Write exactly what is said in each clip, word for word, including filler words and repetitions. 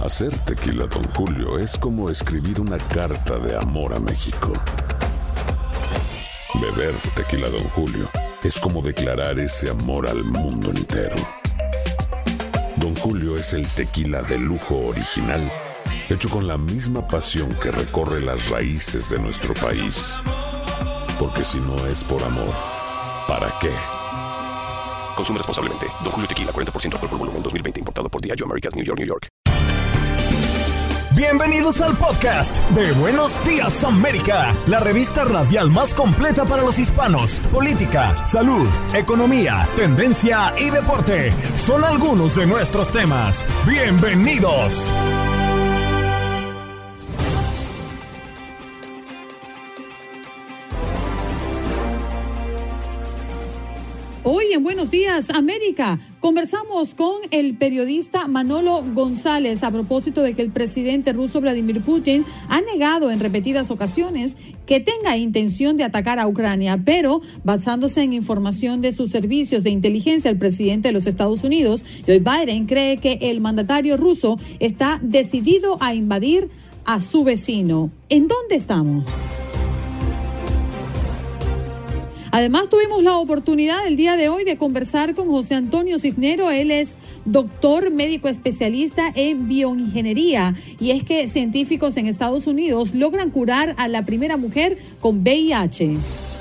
Hacer tequila Don Julio es como escribir una carta de amor a México. Beber tequila Don Julio es como declarar ese amor al mundo entero. Don Julio es el tequila de lujo original, hecho con la misma pasión que recorre las raíces de nuestro país. Porque si no es por amor, ¿para qué? Consume responsablemente. Don Julio Tequila, cuarenta por ciento alcohol por volumen, dos mil veinte, importado por Diageo Americas, New York, New York. Bienvenidos al podcast de Buenos Días América, la revista radial más completa para los hispanos. Política, salud, economía, tendencia y deporte son algunos de nuestros temas. Bienvenidos. Hoy en Buenos Días América conversamos con el periodista Manolo González a propósito de que el presidente ruso Vladimir Putin ha negado en repetidas ocasiones que tenga intención de atacar a Ucrania, pero basándose en información de sus servicios de inteligencia, el presidente de los Estados Unidos, Joe Biden, cree que el mandatario ruso está decidido a invadir a su vecino. ¿En dónde estamos? Además, tuvimos la oportunidad el día de hoy de conversar con José Antonio Cisnero. Él es doctor médico especialista en bioingeniería. Y es que científicos en Estados Unidos logran curar a la primera mujer con V I H.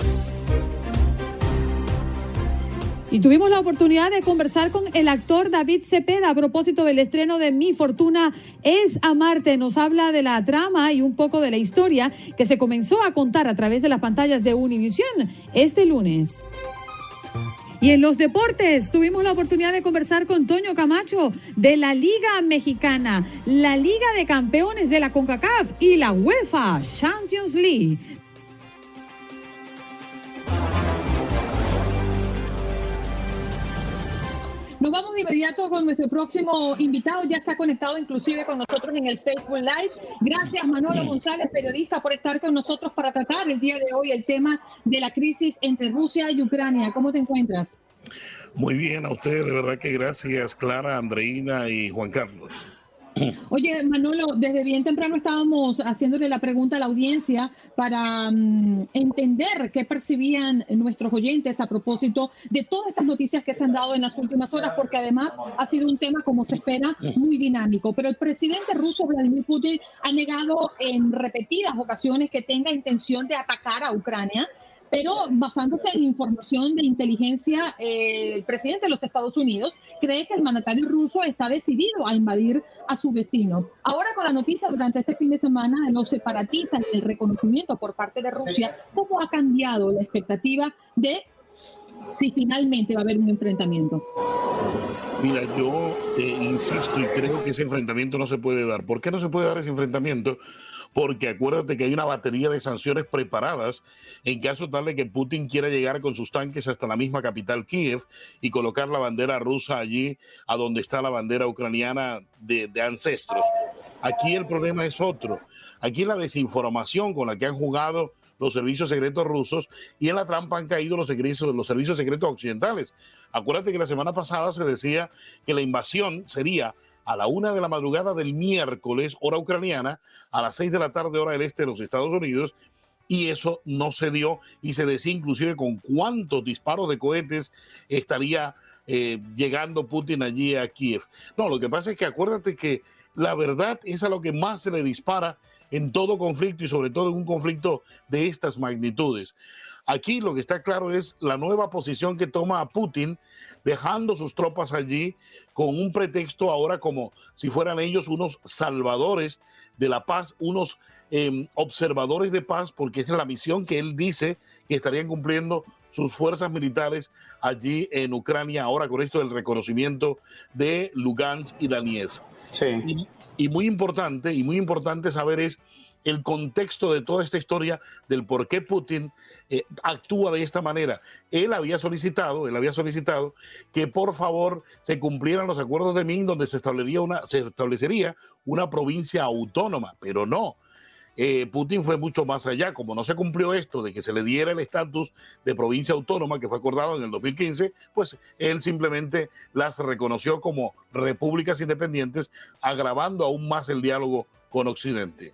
Y tuvimos la oportunidad de conversar con el actor David Cepeda a propósito del estreno de Mi Fortuna es Amarte. Nos habla de la trama y un poco de la historia que se comenzó a contar a través de las pantallas de Univisión este lunes. Y en los deportes tuvimos la oportunidad de conversar con Toño Camacho de la Liga Mexicana, la Liga de Campeones de la CONCACAF y la UEFA Champions League. Nos vamos de inmediato con nuestro próximo invitado. Ya está conectado inclusive con nosotros en el Facebook Live. Gracias, Manolo González, periodista, por estar con nosotros para tratar el día de hoy el tema de la crisis entre Rusia y Ucrania. ¿Cómo te encuentras? Muy bien, a ustedes, de verdad que gracias, Clara, Andreina y Juan Carlos. Oye, Manolo, desde bien temprano estábamos haciéndole la pregunta a la audiencia para um, entender qué percibían nuestros oyentes a propósito de todas estas noticias que se han dado en las últimas horas, porque además ha sido un tema, como se espera, muy dinámico. Pero el presidente ruso Vladimir Putin ha negado en repetidas ocasiones que tenga intención de atacar a Ucrania. Pero basándose en información de inteligencia, eh, el presidente de los Estados Unidos cree que el mandatario ruso está decidido a invadir a su vecino. Ahora, con la noticia durante este fin de semana de los separatistas y el reconocimiento por parte de Rusia, ¿cómo ha cambiado la expectativa de si finalmente va a haber un enfrentamiento? Mira, yo eh, insisto y creo que ese enfrentamiento no se puede dar. ¿Por qué no se puede dar ese enfrentamiento? Porque acuérdate que hay una batería de sanciones preparadas en caso tal de que Putin quiera llegar con sus tanques hasta la misma capital, Kiev, y colocar la bandera rusa allí, a donde está la bandera ucraniana de, de ancestros. Aquí el problema es otro. Aquí la desinformación con la que han jugado los servicios secretos rusos y en la trampa han caído los servicios, los servicios secretos occidentales. Acuérdate que la semana pasada se decía que la invasión sería a la una de la madrugada del miércoles, hora ucraniana, a las seis de la tarde, hora del este de los Estados Unidos, y eso no se dio, y se decía inclusive con cuántos disparos de cohetes estaría eh, llegando Putin allí a Kiev. No, lo que pasa es que acuérdate que la verdad es a lo que más se le dispara en todo conflicto y sobre todo en un conflicto de estas magnitudes. Aquí lo que está claro es la nueva posición que toma Putin, dejando sus tropas allí con un pretexto ahora como si fueran ellos unos salvadores de la paz, unos eh, observadores de paz, porque esa es la misión que él dice que estarían cumpliendo sus fuerzas militares allí en Ucrania, ahora con esto del reconocimiento de Lugansk y Donetsk. Sí. Y, y muy importante, y muy importante saber es el contexto de toda esta historia del por qué Putin eh, actúa de esta manera. Él había solicitado, él había solicitado que por favor se cumplieran los acuerdos de Minsk donde se establecería una, se establecería una provincia autónoma, pero no. eh, Putin fue mucho más allá. Como no se cumplió esto de que se le diera el estatus de provincia autónoma que fue acordado en el dos mil quince, pues él simplemente las reconoció como repúblicas independientes, agravando aún más el diálogo con Occidente.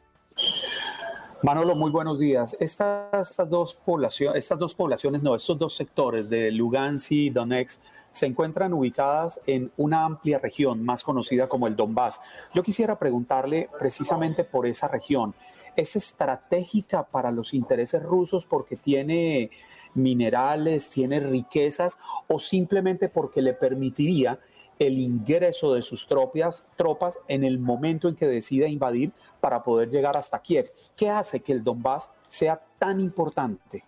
Manolo, muy buenos días. Estas, estas, dos poblaciones, estas dos poblaciones, no, estos dos sectores de Lugansk y Donetsk se encuentran ubicadas en una amplia región más conocida como el Donbass. Yo quisiera preguntarle precisamente por esa región. ¿Es estratégica para los intereses rusos porque tiene minerales, tiene riquezas, o simplemente porque le permitiría el ingreso de sus tropas, tropas en el momento en que decida invadir para poder llegar hasta Kiev? ¿Qué hace que el Donbass sea tan importante?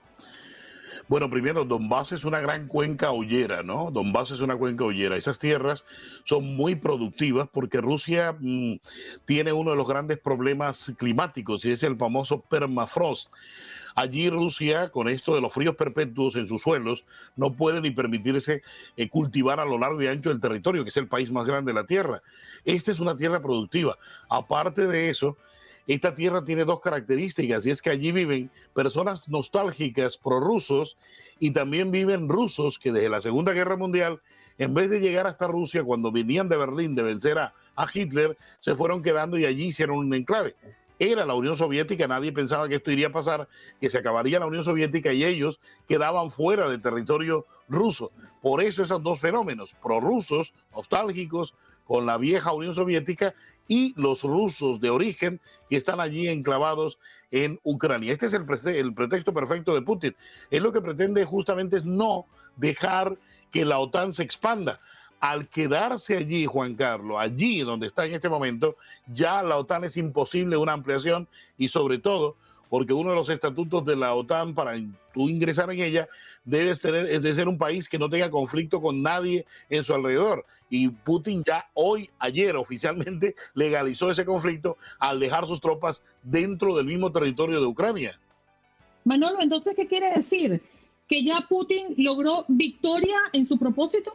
Bueno, primero, Donbass es una gran cuenca hollera, ¿no? Donbass es una cuenca hollera. Esas tierras son muy productivas porque Rusia mmm, tiene uno de los grandes problemas climáticos y es el famoso permafrost. Allí Rusia, con esto de los fríos perpetuos en sus suelos, no puede ni permitirse eh, cultivar a lo largo y ancho del territorio, que es el país más grande de la Tierra. Esta es una tierra productiva. Aparte de eso, esta tierra tiene dos características, y es que allí viven personas nostálgicas prorrusos y también viven rusos que desde la Segunda Guerra Mundial, en vez de llegar hasta Rusia, cuando venían de Berlín de vencer a, a Hitler, se fueron quedando y allí hicieron un enclave. Era la Unión Soviética, nadie pensaba que esto iría a pasar, que se acabaría la Unión Soviética y ellos quedaban fuera del territorio ruso. Por eso esos dos fenómenos, prorrusos, nostálgicos con la vieja Unión Soviética, y los rusos de origen que están allí enclavados en Ucrania. Este es el, pre- el pretexto perfecto de Putin. Él lo que pretende justamente es no dejar que la OTAN se expanda. Al quedarse allí, Juan Carlos, allí donde está en este momento, ya la OTAN es imposible una ampliación, y sobre todo porque uno de los estatutos de la OTAN para tú ingresar en ella debes tener, es de ser un país que no tenga conflicto con nadie en su alrededor. Y Putin ya hoy, ayer oficialmente legalizó ese conflicto al dejar sus tropas dentro del mismo territorio de Ucrania. Manolo, entonces, ¿qué quiere decir? ¿Que ya Putin logró victoria en su propósito?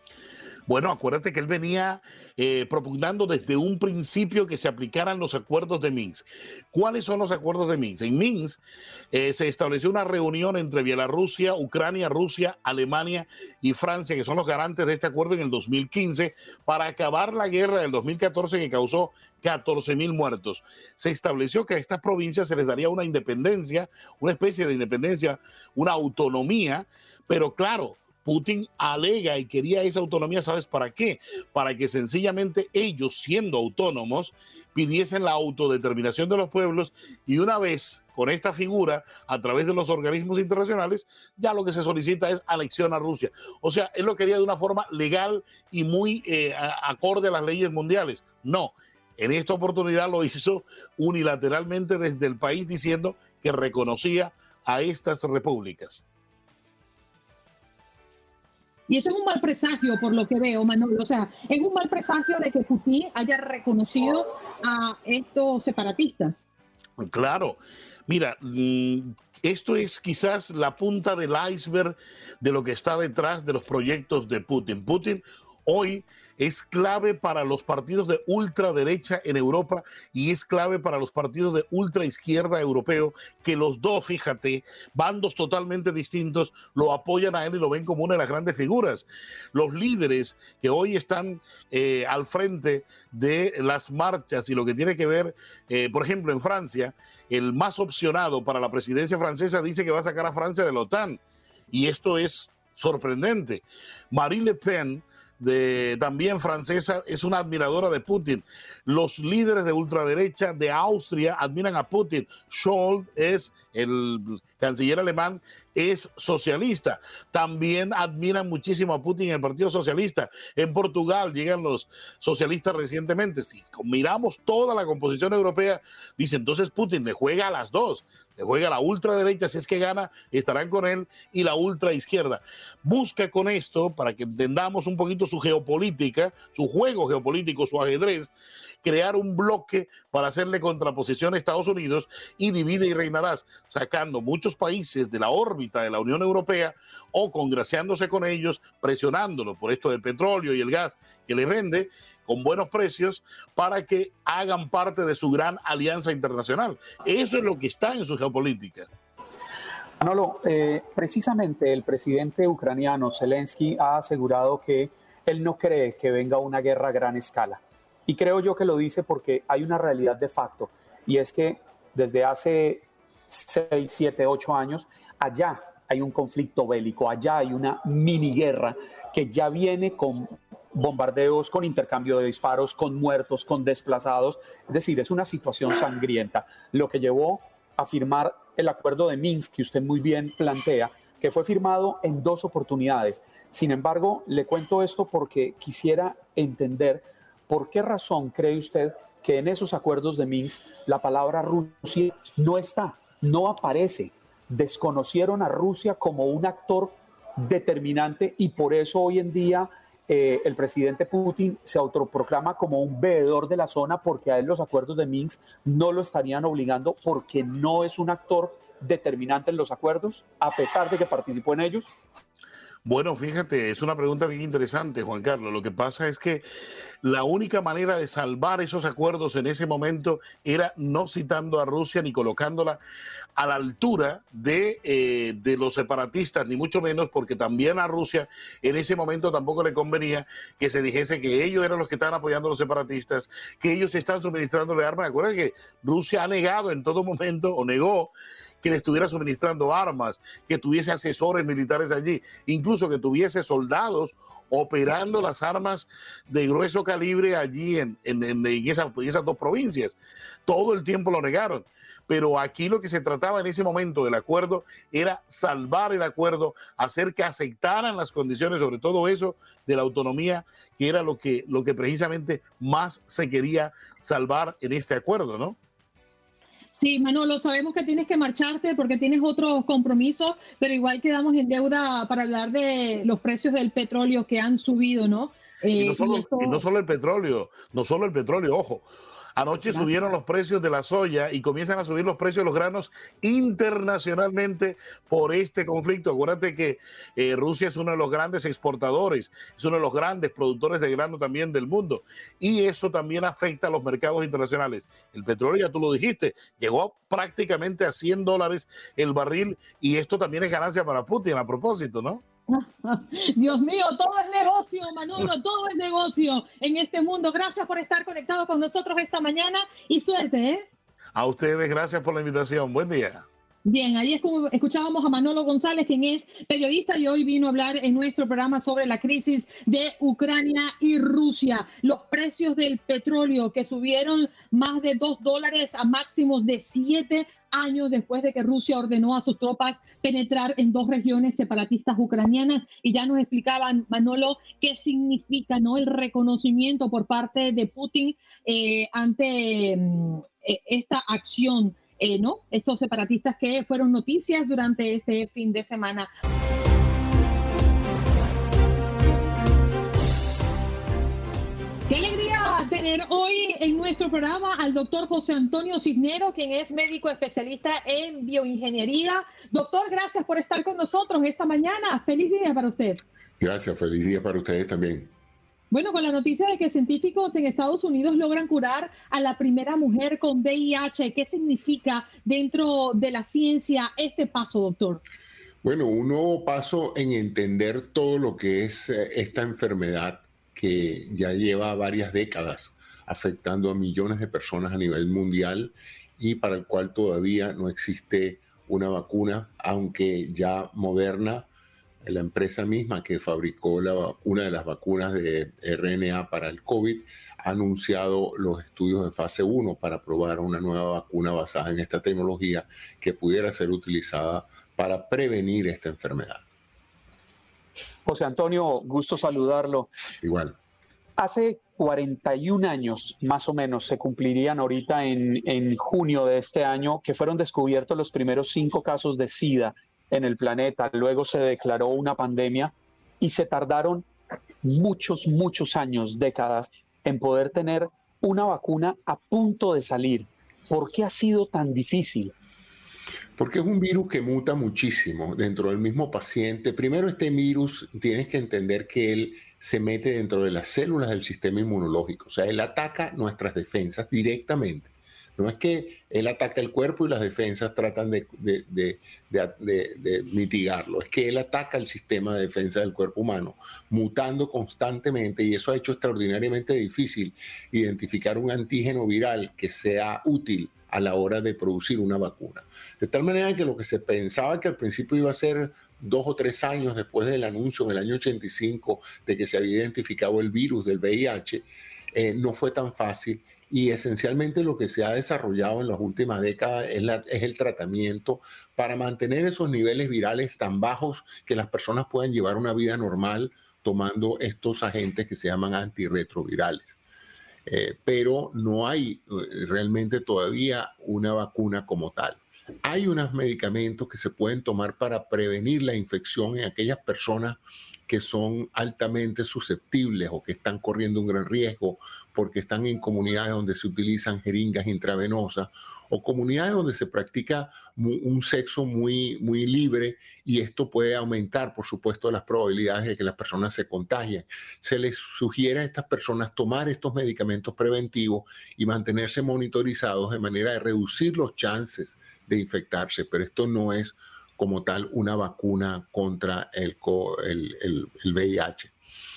Bueno, acuérdate que él venía eh, propugnando desde un principio que se aplicaran los acuerdos de Minsk. ¿Cuáles son los acuerdos de Minsk? En Minsk eh, se estableció una reunión entre Bielorrusia, Ucrania, Rusia, Alemania y Francia, que son los garantes de este acuerdo, en el dos mil quince, para acabar la guerra del dos mil catorce que causó catorce mil muertos. Se estableció que a estas provincias se les daría una independencia, una especie de independencia, una autonomía, pero claro, Putin alega y quería esa autonomía, ¿sabes para qué? Para que sencillamente ellos, siendo autónomos, pidiesen la autodeterminación de los pueblos, y una vez con esta figura, a través de los organismos internacionales, ya lo que se solicita es anexión a Rusia. O sea, él lo quería de una forma legal y muy eh, acorde a las leyes mundiales. No, en esta oportunidad lo hizo unilateralmente desde el país, diciendo que reconocía a estas repúblicas. Y eso es un mal presagio, por lo que veo, Manolo. O sea, es un mal presagio de que Putin haya reconocido a estos separatistas. Claro. Mira, esto es quizás la punta del iceberg de lo que está detrás de los proyectos de Putin. Putin hoy es clave para los partidos de ultraderecha en Europa y es clave para los partidos de ultraizquierda europeo, que los dos, fíjate, bandos totalmente distintos, lo apoyan a él y lo ven como una de las grandes figuras. Los líderes que hoy están eh, al frente de las marchas y lo que tiene que ver, eh, por ejemplo, en Francia, el más opcionado para la presidencia francesa dice que va a sacar a Francia de la OTAN, y esto es sorprendente. Marine Le Pen, de, también francesa, es una admiradora de Putin. Los líderes de ultraderecha de Austria admiran a Putin. Scholz es el canciller alemán, es socialista. También admiran muchísimo a Putin en el Partido Socialista. En Portugal llegan los socialistas recientemente. Si miramos toda la composición europea, dice, entonces Putin le juega a las dos. Le juega a la ultraderecha, si es que gana, estarán con él, y la ultraizquierda. Busca con esto, para que entendamos un poquito su geopolítica, su juego geopolítico, su ajedrez, crear un bloque para hacerle contraposición a Estados Unidos, y divide y reinarás, sacando muchos países de la órbita de la Unión Europea o congraciándose con ellos, presionándolos por esto del petróleo y el gas que les vende, con buenos precios para que hagan parte de su gran alianza internacional. Eso es lo que está en su geopolítica. Manolo, eh, precisamente el presidente ucraniano Zelensky ha asegurado que él no cree que venga una guerra a gran escala. Y creo yo que lo dice porque hay una realidad de facto, y es que desde hace seis, siete, ocho años, allá hay un conflicto bélico, allá hay una mini guerra que ya viene con bombardeos, con intercambio de disparos, con muertos, con desplazados. Es decir, es una situación sangrienta, lo que llevó a firmar el acuerdo de Minsk, que usted muy bien plantea, que fue firmado en dos oportunidades. Sin embargo, le cuento esto porque quisiera entender por qué razón cree usted que en esos acuerdos de Minsk la palabra Rusia no está, no aparece. Desconocieron a Rusia como un actor determinante y por eso hoy en día eh, el presidente Putin se autoproclama como un veedor de la zona, porque a él los acuerdos de Minsk no lo estarían obligando porque no es un actor determinante en los acuerdos, a pesar de que participó en ellos. Bueno, fíjate, es una pregunta bien interesante, Juan Carlos. Lo que pasa es que la única manera de salvar esos acuerdos en ese momento era no citando a Rusia ni colocándola a la altura de, eh, de los separatistas, ni mucho menos, porque también a Rusia en ese momento tampoco le convenía que se dijese que ellos eran los que estaban apoyando a los separatistas, que ellos están suministrándole armas. Acuérdense que Rusia ha negado en todo momento, o negó, que le estuviera suministrando armas, que tuviese asesores militares allí, incluso que tuviese soldados operando las armas de grueso calibre allí en, en, en, en, esa, en esas dos provincias. Todo el tiempo lo negaron. Pero aquí lo que se trataba en ese momento del acuerdo era salvar el acuerdo, hacer que aceptaran las condiciones, sobre todo eso de la autonomía, que era lo que, lo que precisamente más se quería salvar en este acuerdo, ¿no? Sí, Manolo, sabemos que tienes que marcharte porque tienes otros compromisos, pero igual quedamos en deuda para hablar de los precios del petróleo que han subido, ¿no? Eh, y, no solo, y, esto... y no solo el petróleo, no solo el petróleo, ojo. Anoche Gracias. subieron los precios de la soya y comienzan a subir los precios de los granos internacionalmente por este conflicto. Acuérdate que eh, Rusia es uno de los grandes exportadores, es uno de los grandes productores de grano también del mundo. Y eso también afecta a los mercados internacionales. El petróleo, ya tú lo dijiste, llegó prácticamente a cien dólares el barril y esto también es ganancia para Putin a propósito, ¿no? Dios mío, todo es negocio, Manolo, todo es negocio en este mundo. Gracias por estar conectado con nosotros esta mañana y suerte, ¿eh? A ustedes, gracias por la invitación. Buen día. Bien, ahí escuchábamos a Manolo González, quien es periodista y hoy vino a hablar en nuestro programa sobre la crisis de Ucrania y Rusia. Los precios del petróleo que subieron más de dos dólares a máximos de siete años después de que Rusia ordenó a sus tropas penetrar en dos regiones separatistas ucranianas. Y ya nos explicaban, Manolo, qué significa, ¿no?, el reconocimiento por parte de Putin eh, ante eh, esta acción. Eh, ¿no? Estos separatistas que fueron noticias durante este fin de semana. Qué alegría tener hoy en nuestro programa al doctor José Antonio Cisneros, quien es médico especialista en bioingeniería. Doctor, gracias por estar con nosotros esta mañana. Feliz día para usted. Gracias, feliz día para ustedes también. Bueno, con la noticia de que científicos en Estados Unidos logran curar a la primera mujer con V I H, ¿qué significa dentro de la ciencia este paso, doctor? Bueno, un nuevo paso en entender todo lo que es esta enfermedad que ya lleva varias décadas afectando a millones de personas a nivel mundial y para el cual todavía no existe una vacuna, aunque ya Moderna, la empresa misma que fabricó la, una de las vacunas de R N A para el COVID, ha anunciado los estudios de fase uno para probar una nueva vacuna basada en esta tecnología que pudiera ser utilizada para prevenir esta enfermedad. José Antonio, gusto saludarlo. Igual. Hace cuarenta y un años, más o menos, se cumplirían ahorita en, en junio de este año, que fueron descubiertos los primeros cinco casos de SIDA en el planeta. Luego se declaró una pandemia y se tardaron muchos, muchos años, décadas, en poder tener una vacuna a punto de salir. ¿Por qué ha sido tan difícil? Porque es un virus que muta muchísimo dentro del mismo paciente. Primero, este virus tienes que entender que él se mete dentro de las células del sistema inmunológico. O sea, él ataca nuestras defensas directamente. No es que él ataca el cuerpo y las defensas tratan de, de, de, de, de, de mitigarlo. Es que él ataca el sistema de defensa del cuerpo humano, mutando constantemente, y eso ha hecho extraordinariamente difícil identificar un antígeno viral que sea útil a la hora de producir una vacuna. De tal manera que lo que se pensaba que al principio iba a ser dos o tres años después del anuncio en el año ochenta y cinco de que se había identificado el virus del V I H, eh, no fue tan fácil, y esencialmente lo que se ha desarrollado en las últimas décadas es, la, es el tratamiento para mantener esos niveles virales tan bajos que las personas puedan llevar una vida normal tomando estos agentes que se llaman antirretrovirales. Eh, pero no hay eh, realmente todavía una vacuna como tal. Hay unos medicamentos que se pueden tomar para prevenir la infección en aquellas personas que son altamente susceptibles o que están corriendo un gran riesgo porque están en comunidades donde se utilizan jeringas intravenosas o comunidades donde se practica un sexo muy, muy libre, y esto puede aumentar, por supuesto, las probabilidades de que las personas se contagien. Se les sugiere a estas personas tomar estos medicamentos preventivos y mantenerse monitorizados de manera de reducir los chances de infectarse, pero esto no es como tal una vacuna contra el, el, el, el V I H.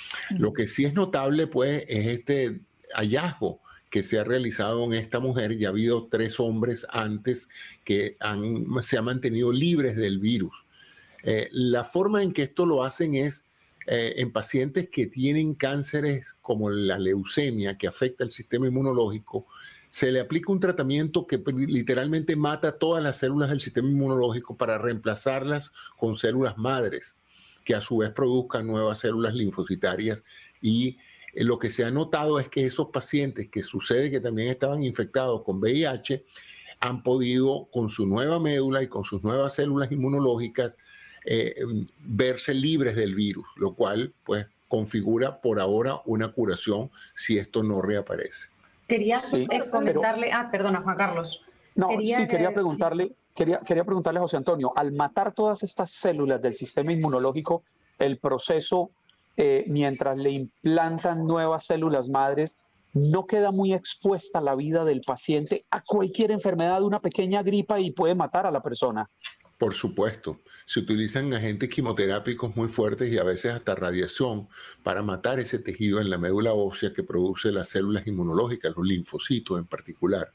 Lo que sí es notable, pues, es este hallazgo que se ha realizado en esta mujer. Ya ha habido tres hombres antes que han, se han mantenido libres del virus. Eh, la forma en que esto lo hacen es eh, en pacientes que tienen cánceres como la leucemia, que afecta el sistema inmunológico. Se le aplica un tratamiento que literalmente mata todas las células del sistema inmunológico para reemplazarlas con células madres, que a su vez produzcan nuevas células linfocitarias. Y lo que se ha notado es que esos pacientes que sucede que también estaban infectados con V I H han podido, con su nueva médula y con sus nuevas células inmunológicas, eh, verse libres del virus, lo cual pues configura por ahora una curación si esto no reaparece. Quería sí, eh, comentarle, pero, ah, perdona, Juan Carlos. No, quería, sí, quería eh, preguntarle, quería, quería preguntarle a José Antonio, al matar todas estas células del sistema inmunológico, el proceso, eh, mientras le implantan nuevas células madres, ¿no queda muy expuesta la vida del paciente a cualquier enfermedad, una pequeña gripa, y puede matar a la persona? Por supuesto, se utilizan agentes quimioterápicos muy fuertes y a veces hasta radiación para matar ese tejido en la médula ósea que produce las células inmunológicas, los linfocitos en particular.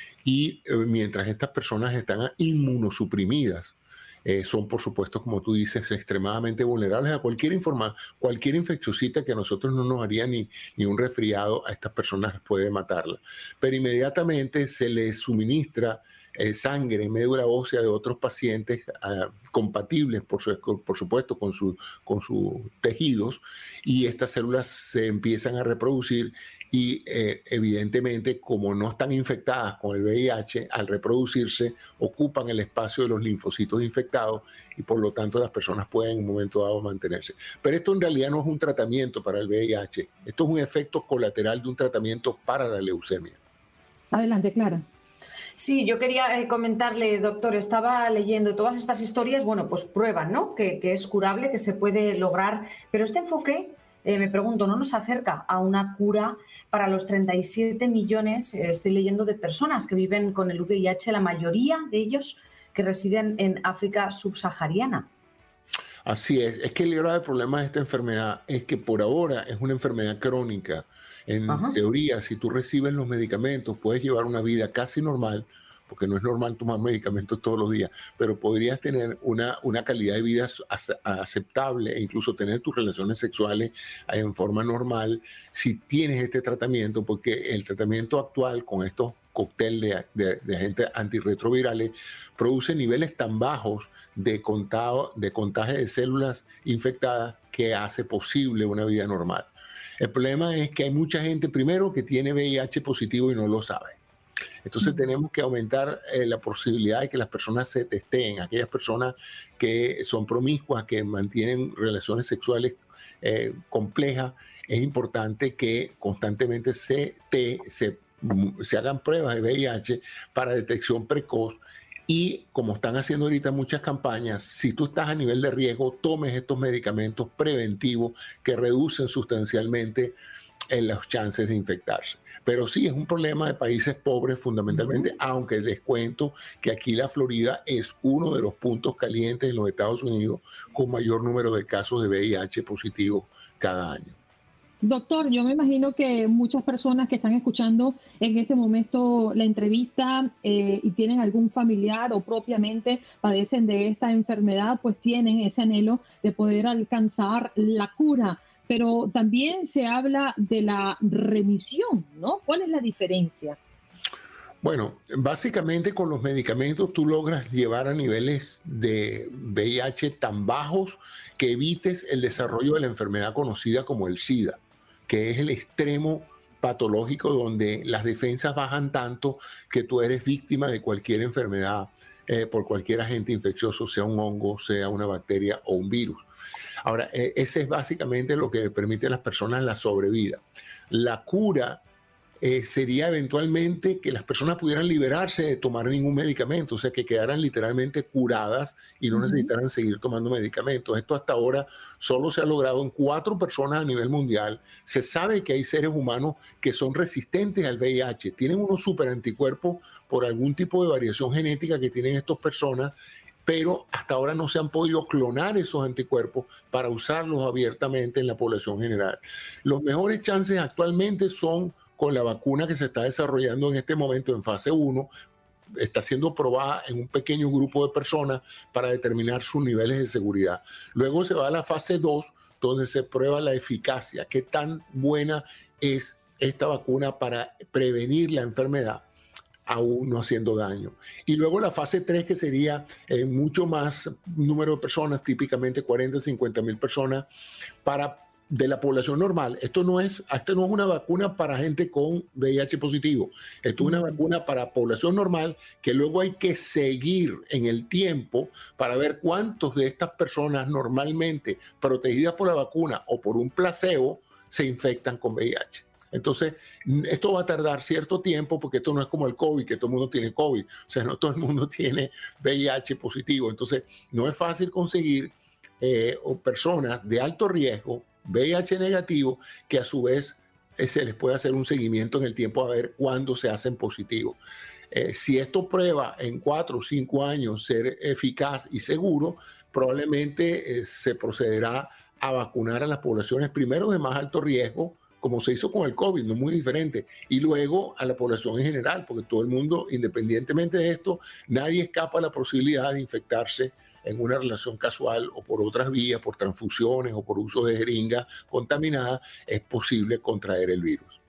Y eh, mientras estas personas están inmunosuprimidas, eh, son por supuesto, como tú dices, extremadamente vulnerables a cualquier informa, cualquier infecciosita que a nosotros no nos haría ni, ni un resfriado, a estas personas puede matarla. Pero inmediatamente se les suministra Eh, sangre, médula ósea de otros pacientes uh, compatibles, por, su, por supuesto, con, su, con sus tejidos, y estas células se empiezan a reproducir y eh, evidentemente, como no están infectadas con el V I H, al reproducirse ocupan el espacio de los linfocitos infectados y por lo tanto las personas pueden en un momento dado mantenerse. Pero esto en realidad no es un tratamiento para el V I H, esto es un efecto colateral de un tratamiento para la leucemia. Adelante, Clara. Sí, yo quería eh, comentarle, doctor, estaba leyendo todas estas historias, bueno, pues prueban, ¿no?, que, que es curable, que se puede lograr, pero este enfoque, eh, me pregunto, ¿no nos acerca a una cura para los treinta y siete millones, eh, estoy leyendo, de personas que viven con el V I H, la mayoría de ellos que residen en África subsahariana? Así es, es que el grave problema de esta enfermedad es que por ahora es una enfermedad crónica. En Ajá. teoría, si tú recibes los medicamentos, puedes llevar una vida casi normal, porque no es normal tomar medicamentos todos los días, pero podrías tener una, una calidad de vida aceptable e incluso tener tus relaciones sexuales en forma normal si tienes este tratamiento, porque el tratamiento actual con estos cóctel de, de, de agentes antirretrovirales produce niveles tan bajos de, contado, de contagio de células infectadas que hace posible una vida normal. El problema es que hay mucha gente, primero, que tiene V I H positivo y no lo sabe. Entonces uh-huh. tenemos que aumentar eh, la posibilidad de que las personas se testeen. Aquellas personas que son promiscuas, que mantienen relaciones sexuales eh, complejas, es importante que constantemente se, te, se, se hagan pruebas de V I H para detección precoz Y como están haciendo ahorita muchas campañas, si tú estás a nivel de riesgo, tomes estos medicamentos preventivos que reducen sustancialmente en las chances de infectarse. Pero sí es un problema de países pobres fundamentalmente, uh-huh. aunque les cuento que aquí la Florida es uno de los puntos calientes en los Estados Unidos con mayor número de casos de V I H positivos cada año. Doctor, yo me imagino que muchas personas que están escuchando en este momento la entrevista eh, y tienen algún familiar o propiamente padecen de esta enfermedad, pues tienen ese anhelo de poder alcanzar la cura. Pero también se habla de la remisión, ¿no? ¿Cuál es la diferencia? Bueno, básicamente con los medicamentos tú logras llevar a niveles de V I H tan bajos que evites el desarrollo de la enfermedad conocida como el SIDA, que es el extremo patológico donde las defensas bajan tanto que tú eres víctima de cualquier enfermedad eh, por cualquier agente infeccioso, sea un hongo, sea una bacteria o un virus. Ahora, eh, ese es básicamente lo que permite a las personas la sobrevida. La cura eh, sería eventualmente que las personas pudieran liberarse de tomar ningún medicamento, o sea, que quedaran literalmente curadas y no uh-huh. necesitaran seguir tomando medicamentos. Esto hasta ahora solo se ha logrado en cuatro personas a nivel mundial. Se sabe que hay seres humanos que son resistentes al V I H, tienen unos superanticuerpos por algún tipo de variación genética que tienen estas personas, pero hasta ahora no se han podido clonar esos anticuerpos para usarlos abiertamente en la población general. Los mejores chances actualmente son con la vacuna que se está desarrollando en este momento en fase uno, está siendo probada en un pequeño grupo de personas para determinar sus niveles de seguridad. Luego se va a la fase dos, donde se prueba la eficacia, qué tan buena es esta vacuna para prevenir la enfermedad, aún no haciendo daño. Y luego la fase tres, que sería eh, mucho más número de personas, típicamente cuarenta, cincuenta mil personas, para de la población normal. Esto no es, esto no es una vacuna para gente con V I H positivo. Esto es una vacuna para población normal que luego hay que seguir en el tiempo para ver cuántos de estas personas normalmente protegidas por la vacuna o por un placebo se infectan con V I H. Entonces, esto va a tardar cierto tiempo porque esto no es como el COVID, que todo el mundo tiene COVID. O sea, no todo el mundo tiene V I H positivo. Entonces, no es fácil conseguir eh, personas de alto riesgo, V I H negativo, que a su vez eh, se les puede hacer un seguimiento en el tiempo a ver cuándo se hacen positivos. Eh, si esto prueba en cuatro o cinco años ser eficaz y seguro, probablemente eh, se procederá a vacunar a las poblaciones primero de más alto riesgo, como se hizo con el COVID, no es muy diferente, y luego a la población en general, porque todo el mundo, independientemente de esto, nadie escapa a la posibilidad de infectarse en una relación casual o por otras vías, por transfusiones o por uso de jeringas contaminadas, es posible contraer el virus.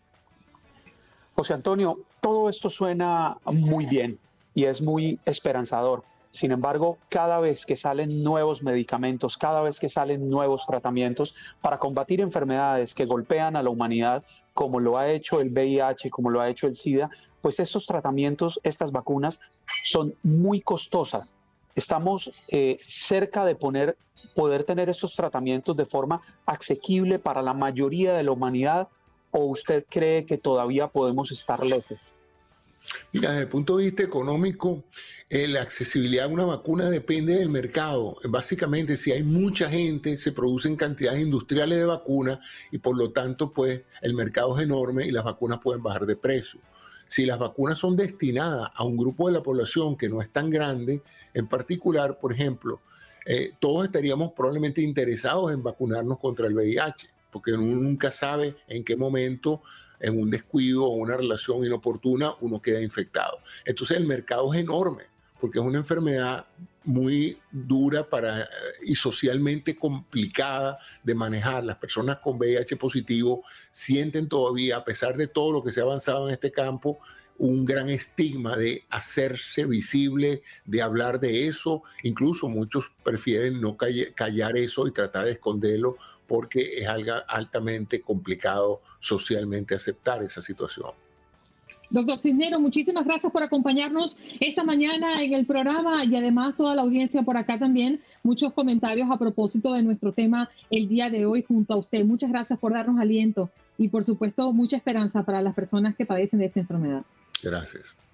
José Antonio, todo esto suena muy bien y es muy esperanzador. Sin embargo, cada vez que salen nuevos medicamentos, cada vez que salen nuevos tratamientos para combatir enfermedades que golpean a la humanidad, como lo ha hecho el V I H, como lo ha hecho el SIDA, pues estos tratamientos, estas vacunas, son muy costosas. Estamos eh, cerca de poner, poder tener estos tratamientos de forma asequible para la mayoría de la humanidad, ¿o usted cree que todavía podemos estar lejos? Mira, desde el punto de vista económico, eh, la accesibilidad a una vacuna depende del mercado. Básicamente, si hay mucha gente, se producen cantidades industriales de vacunas y por lo tanto, pues, el mercado es enorme y las vacunas pueden bajar de precio. Si las vacunas son destinadas a un grupo de la población que no es tan grande, en particular, por ejemplo, eh, todos estaríamos probablemente interesados en vacunarnos contra el V I H, porque uno nunca sabe en qué momento, en un descuido o una relación inoportuna, uno queda infectado. Entonces el mercado es enorme, porque es una enfermedad muy dura para, y socialmente complicada de manejar. Las personas con V I H positivo sienten todavía, a pesar de todo lo que se ha avanzado en este campo, un gran estigma de hacerse visible, de hablar de eso. Incluso muchos prefieren no callar eso y tratar de esconderlo porque es algo altamente complicado socialmente aceptar esa situación. Doctor Cisneros, muchísimas gracias por acompañarnos esta mañana en el programa y además toda la audiencia por acá también. Muchos comentarios a propósito de nuestro tema el día de hoy junto a usted. Muchas gracias por darnos aliento y por supuesto mucha esperanza para las personas que padecen de esta enfermedad. Gracias.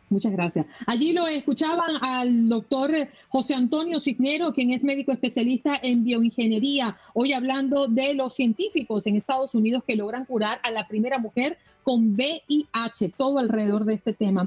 Muchas gracias. Allí lo escuchaban al doctor José Antonio Cisnero, quien es médico especialista en bioingeniería, hoy hablando de los científicos en Estados Unidos que logran curar a la primera mujer con V I H, todo alrededor de este tema.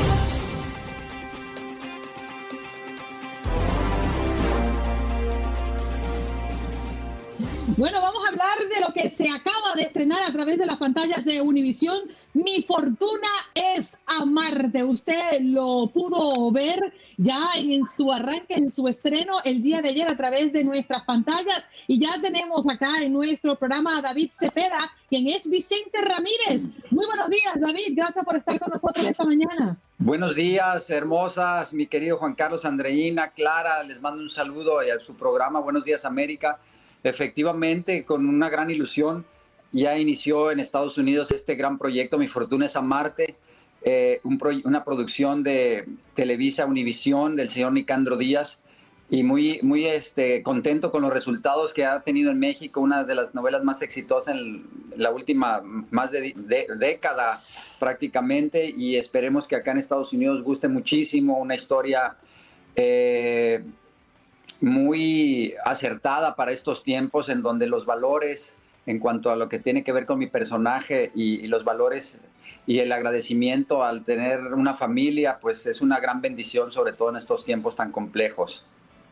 Bueno, vamos a hablar de lo que se acaba de estrenar a través de las pantallas de Univisión. Mi fortuna es amarte. Usted lo pudo ver ya en su arranque, en su estreno el día de ayer a través de nuestras pantallas. Y ya tenemos acá en nuestro programa a David Cepeda, quien es Vicente Ramírez. Muy buenos días, David. Gracias por estar con nosotros esta mañana. Buenos días, hermosas. Mi querido Juan Carlos, Andreina, Clara, les mando un saludo a su programa. Buenos días, América. Efectivamente, con una gran ilusión, ya inició en Estados Unidos este gran proyecto, Mi Fortuna es Amarte, eh, un pro, una producción de Televisa Univisión del señor Nicandro Díaz, y muy, muy este, contento con los resultados que ha tenido en México, una de las novelas más exitosas en la última más de, de década prácticamente, y esperemos que acá en Estados Unidos guste muchísimo, una historia Eh, muy acertada para estos tiempos en donde los valores en cuanto a lo que tiene que ver con mi personaje y, y los valores y el agradecimiento al tener una familia, pues es una gran bendición, sobre todo en estos tiempos tan complejos.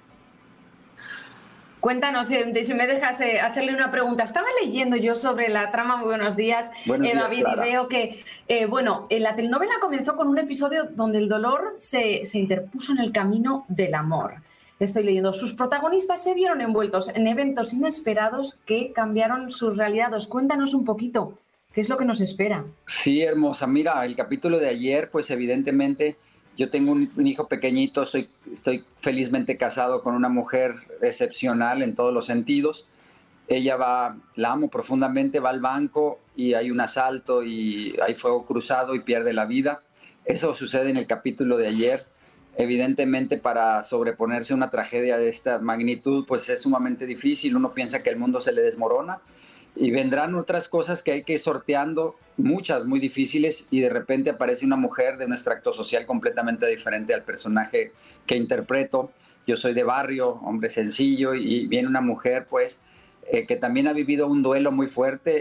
Cuéntanos, si me dejas eh, hacerle una pregunta. Estaba leyendo yo sobre la trama, muy buenos días, buenos eh, días, David, Clara. Y veo que, eh, bueno, eh, la telenovela comenzó con un episodio donde el dolor se, se interpuso en el camino del amor. Estoy leyendo, sus protagonistas se vieron envueltos en eventos inesperados que cambiaron sus realidades. Cuéntanos un poquito, ¿qué es lo que nos espera? Sí, hermosa. Mira, el capítulo de ayer, pues evidentemente yo tengo un, un hijo pequeñito, soy, estoy felizmente casado con una mujer excepcional en todos los sentidos. Ella va, la amo profundamente, va al banco y hay un asalto y hay fuego cruzado y pierde la vida. Eso sucede en el capítulo de ayer. Evidentemente, para sobreponerse a una tragedia de esta magnitud, pues es sumamente difícil. Uno piensa que el mundo se le desmorona y vendrán otras cosas que hay que ir sorteando, muchas muy difíciles, y de repente aparece una mujer de un extracto social completamente diferente al personaje que interpreto. Yo soy de barrio, hombre sencillo, y viene una mujer pues eh, que también ha vivido un duelo muy fuerte,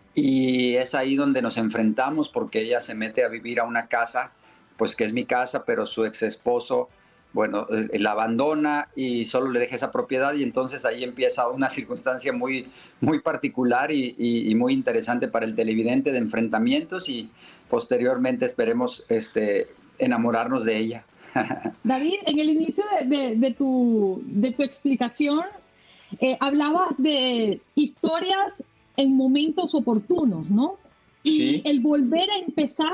y es ahí donde nos enfrentamos, porque ella se mete a vivir a una casa pues que es mi casa, pero su ex esposo, bueno, eh, la abandona y solo le deja esa propiedad, y entonces ahí empieza una circunstancia muy, muy particular y, y, y muy interesante para el televidente, de enfrentamientos, y posteriormente esperemos este, enamorarnos de ella. David, en el inicio de, de, de, tu, de tu explicación, eh, hablabas de historias en momentos oportunos, ¿no? Y Sí. el volver a empezar,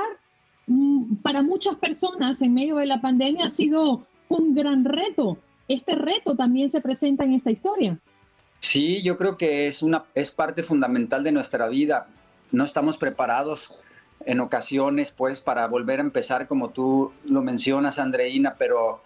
para muchas personas en medio de la pandemia ha sido un gran reto. Este reto también se presenta en esta historia. Sí, yo creo que es, una, es parte fundamental de nuestra vida. No estamos preparados en ocasiones pues para volver a empezar, como tú lo mencionas, Andreina, pero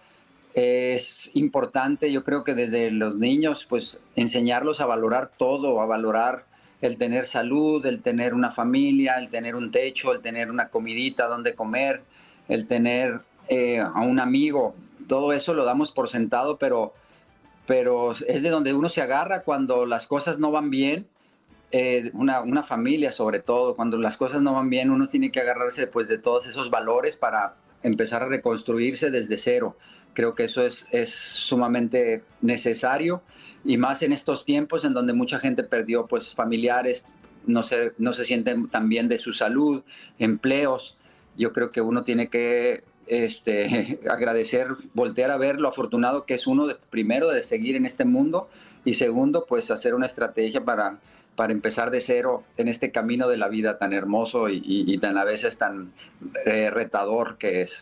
es importante, yo creo que desde los niños, pues enseñarlos a valorar todo, a valorar el tener salud, el tener una familia, el tener un techo, el tener una comidita donde comer, el tener eh, a un amigo. Todo eso lo damos por sentado, pero, pero es de donde uno se agarra cuando las cosas no van bien. Eh, una, una familia, sobre todo, cuando las cosas no van bien, uno tiene que agarrarse pues, de todos esos valores para empezar a reconstruirse desde cero. Creo que eso es, es sumamente necesario, y más en estos tiempos en donde mucha gente perdió pues, familiares, no se, no se sienten tan bien de su salud, empleos. Yo creo que uno tiene que este, agradecer, voltear a ver lo afortunado que es uno, de, primero, de seguir en este mundo, y segundo, pues hacer una estrategia para, para empezar de cero en este camino de la vida tan hermoso y, y, y tan a veces tan eh, retador que es.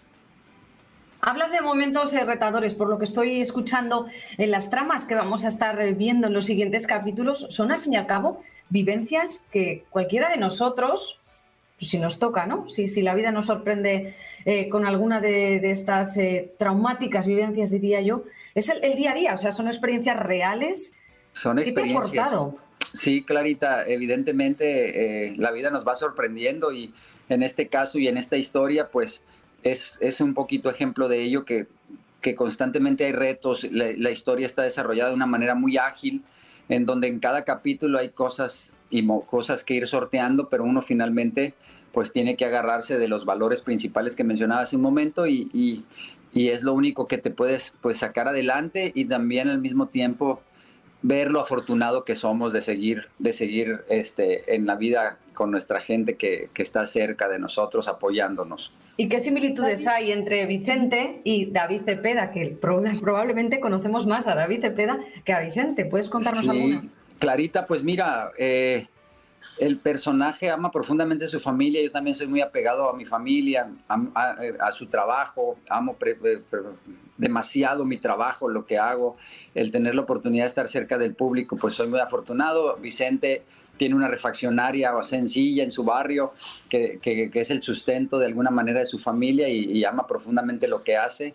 Hablas de momentos eh, retadores, por lo que estoy escuchando en las tramas que vamos a estar eh, viendo en los siguientes capítulos, son al fin y al cabo vivencias que cualquiera de nosotros, pues, si nos toca, ¿no? Si, si la vida nos sorprende eh, con alguna de, de estas eh, traumáticas vivencias, diría yo, es el, el día a día, o sea, son experiencias reales. Son experiencias. ¿Qué te ha aportado? Sí, Clarita, evidentemente eh, la vida nos va sorprendiendo, y en este caso y en esta historia, pues es, es un poquito ejemplo de ello, que, que constantemente hay retos, la, la historia está desarrollada de una manera muy ágil, en donde en cada capítulo hay cosas y mo, cosas que ir sorteando, pero uno finalmente pues tiene que agarrarse de los valores principales que mencionaba hace un momento y, y, y es lo único que te puedes pues sacar adelante y también al mismo tiempo ver lo afortunado que somos de seguir, de seguir este, en la vida con nuestra gente que, que está cerca de nosotros apoyándonos. ¿Y qué similitudes hay entre Vicente y David Cepeda? Que probablemente conocemos más a David Cepeda que a Vicente. ¿Puedes contarnos sí, alguna? Clarita, pues mira, eh, el personaje ama profundamente a su familia. Yo también soy muy apegado a mi familia, a, a, a su trabajo. Amo pre, pre, pre, demasiado mi trabajo, lo que hago. El tener la oportunidad de estar cerca del público, pues soy muy afortunado. Vicente tiene una refaccionaria sencilla en su barrio, que, que, que es el sustento de alguna manera de su familia y, y ama profundamente lo que hace.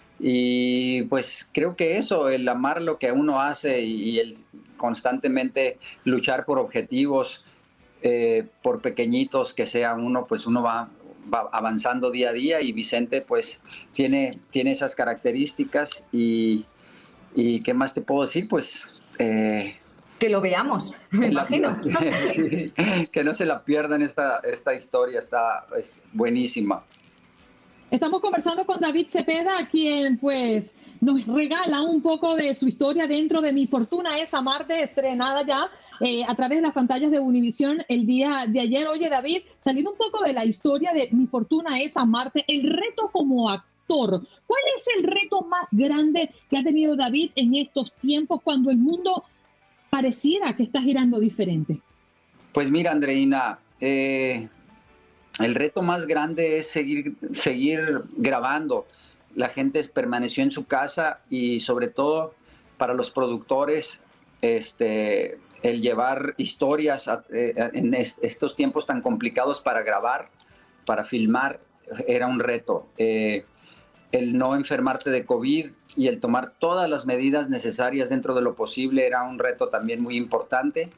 Y pues creo que eso, el amar lo que uno hace y, y el constantemente luchar por objetivos, eh, por pequeñitos que sea uno, pues uno va, va avanzando día a día y Vicente pues tiene, tiene esas características y, y ¿qué más te puedo decir? Pues... Eh, que lo veamos, me imagino. Sí, que no se la pierdan esta, esta historia, está es buenísima. Estamos conversando con David Cepeda, quien pues nos regala un poco de su historia dentro de Mi Fortuna es Amarte, estrenada ya eh, a través de las pantallas de Univisión el día de ayer. Oye, David, saliendo un poco de la historia de Mi Fortuna es Amarte, el reto como actor, ¿cuál es el reto más grande que ha tenido David en estos tiempos cuando el mundo pareciera que está girando diferente? Pues mira, Andreina, eh, el reto más grande es seguir, seguir grabando. La gente permaneció en su casa y sobre todo para los productores, este, el llevar historias a, eh, en est- estos tiempos tan complicados para grabar, para filmar, era un reto. Eh, el no enfermarte de COVID y el tomar todas las medidas necesarias dentro de lo posible era un reto también muy importante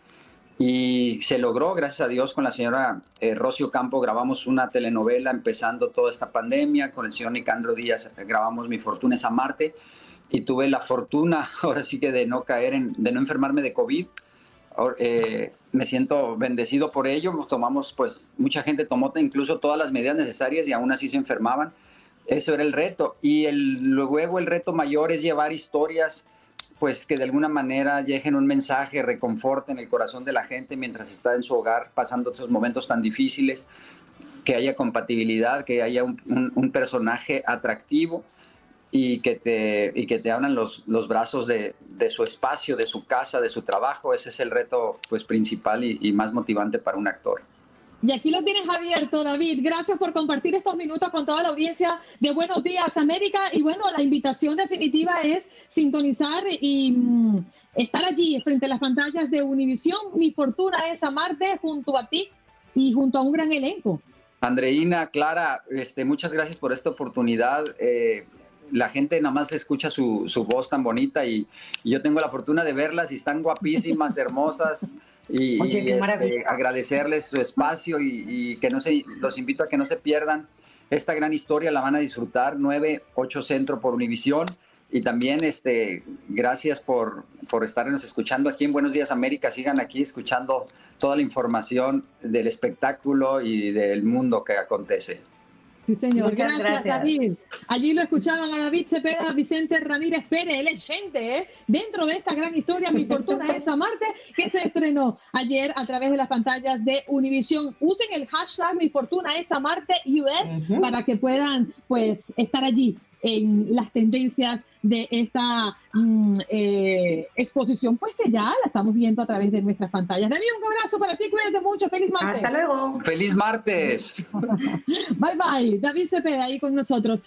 y se logró, gracias a Dios, con la señora eh, Rocío Ocampo grabamos una telenovela empezando toda esta pandemia, con el señor Nicandro Díaz grabamos Mi Fortuna es Amarte y tuve la fortuna ahora sí que de no caer en, de no enfermarme de COVID. Ahora, eh, me siento bendecido por ello, nos tomamos, pues mucha gente tomó incluso todas las medidas necesarias y aún así se enfermaban. Eso era el reto. Y el, luego el reto mayor es llevar historias pues que de alguna manera lleguen un mensaje, reconforten el corazón de la gente mientras está en su hogar pasando estos momentos tan difíciles, que haya compatibilidad, que haya un, un, un personaje atractivo y que te, y que te abran los, los brazos de, de su espacio, de su casa, de su trabajo. Ese es el reto pues, principal y, y más motivante para un actor. Y aquí lo tienes abierto, David. Gracias por compartir estos minutos con toda la audiencia de Buenos Días América. Y bueno, la invitación definitiva es sintonizar y mm, estar allí frente a las pantallas de Univisión. Mi Fortuna es Amarte junto a ti y junto a un gran elenco. Andreina, Clara, este, muchas gracias por esta oportunidad. Eh, la gente nada más escucha su, su voz tan bonita y, y yo tengo la fortuna de verlas y están guapísimas, hermosas. Y, Oye, qué este, agradecerles su espacio y, y que no se, los invito a que no se pierdan esta gran historia, la van a disfrutar. Nueve ocho Centro por Univisión y también este, gracias por, por estarnos escuchando aquí en Buenos Días América. Sigan aquí escuchando toda la información del espectáculo y del mundo que acontece. Sí, señor. Muchas Gracias, gracias, David. Allí lo escuchaban a David Cepeda, Vicente Ramírez Pérez, él es gente, ¿eh? Dentro de esta gran historia, Mi Fortuna es Amarte, que se estrenó ayer a través de las pantallas de Univisión. Usen el hashtag Mi Fortuna es Amarte U S uh-huh. para que puedan, pues, estar allí en las tendencias de esta mm, eh, exposición, pues que ya la estamos viendo a través de nuestras pantallas. David, un abrazo para ti, cuídate mucho, feliz martes. Hasta luego. Feliz martes. Bye bye, David Cepeda ahí con nosotros.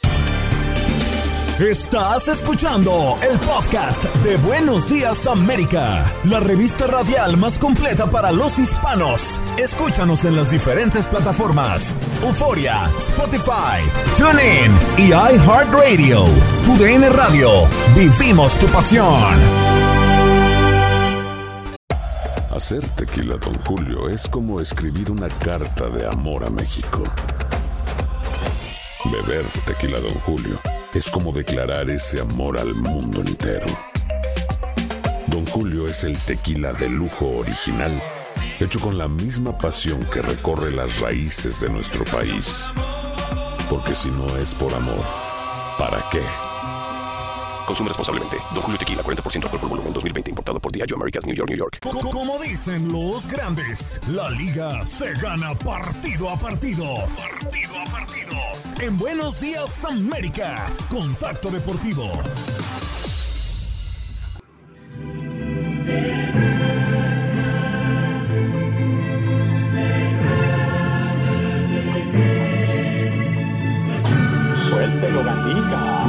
Estás escuchando el podcast de Buenos Días América, la revista radial más completa para los hispanos. Escúchanos en las diferentes plataformas: Euforia, Spotify, TuneIn y iHeartRadio. Tu D N Radio. Vivimos tu pasión. Hacer tequila Don Julio es como escribir una carta de amor a México. Beber tequila Don Julio es como declarar ese amor al mundo entero. Don Julio es el tequila de lujo original, hecho con la misma pasión que recorre las raíces de nuestro país. Porque si no es por amor, ¿para qué? Consume responsablemente. Don Julio Tequila, cuarenta por ciento alcohol por volumen, dos mil veinte. Importado por Diageo Americas, New York, New York. Como dicen los grandes, la liga se gana partido a partido. Partido a partido. En Buenos Días, América. Contacto Deportivo. Suéltelo, Ganica.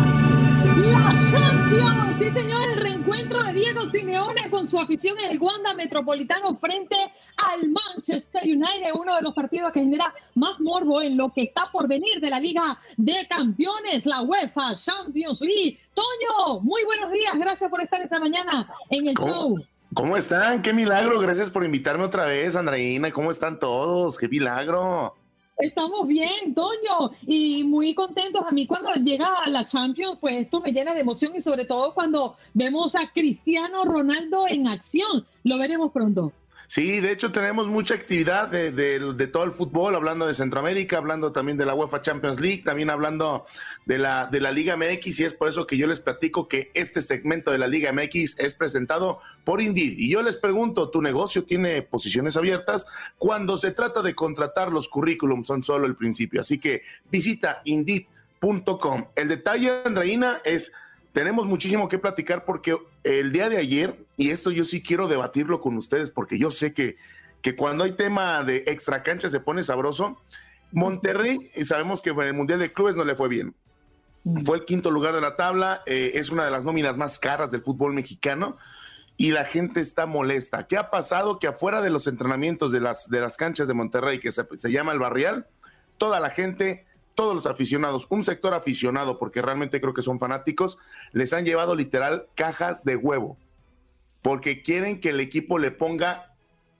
La Champions, sí señor, el reencuentro de Diego Simeone con su afición en el Wanda Metropolitano frente al Manchester United, uno de los partidos que genera más morbo en lo que está por venir de la Liga de Campeones, la UEFA Champions League. Toño, muy buenos días, gracias por estar esta mañana en el ¿Cómo? show. ¿Cómo están? ¡Qué milagro! Gracias por invitarme otra vez, Andreina. ¿Cómo están todos? ¡Qué milagro! Estamos bien, Toño, y muy contentos. A mí cuando llega la Champions, pues esto me llena de emoción y sobre todo cuando vemos a Cristiano Ronaldo en acción. Lo veremos pronto. Sí, de hecho tenemos mucha actividad de, de, de todo el fútbol, hablando de Centroamérica, hablando también de la UEFA Champions League, también hablando de la, de la Liga M X, y es por eso que yo les platico que este segmento de la Liga M X es presentado por Indeed. Y yo les pregunto, ¿tu negocio tiene posiciones abiertas? Cuando se trata de contratar, los currículums son solo el principio, así que visita Indeed punto com. El detalle, Andreina, es... Tenemos muchísimo que platicar porque el día de ayer, y esto yo sí quiero debatirlo con ustedes porque yo sé que, que cuando hay tema de extracancha se pone sabroso. Monterrey, y sabemos que en el Mundial de Clubes no le fue bien. Fue el quinto lugar de la tabla, eh, es una de las nóminas más caras del fútbol mexicano y la gente está molesta. ¿Qué ha pasado? Que afuera de los entrenamientos de las, de las canchas de Monterrey, que se, se llama el Barrial, toda la gente... Todos los aficionados, un sector aficionado, porque realmente creo que son fanáticos, les han llevado literal cajas de huevo, porque quieren que el equipo le ponga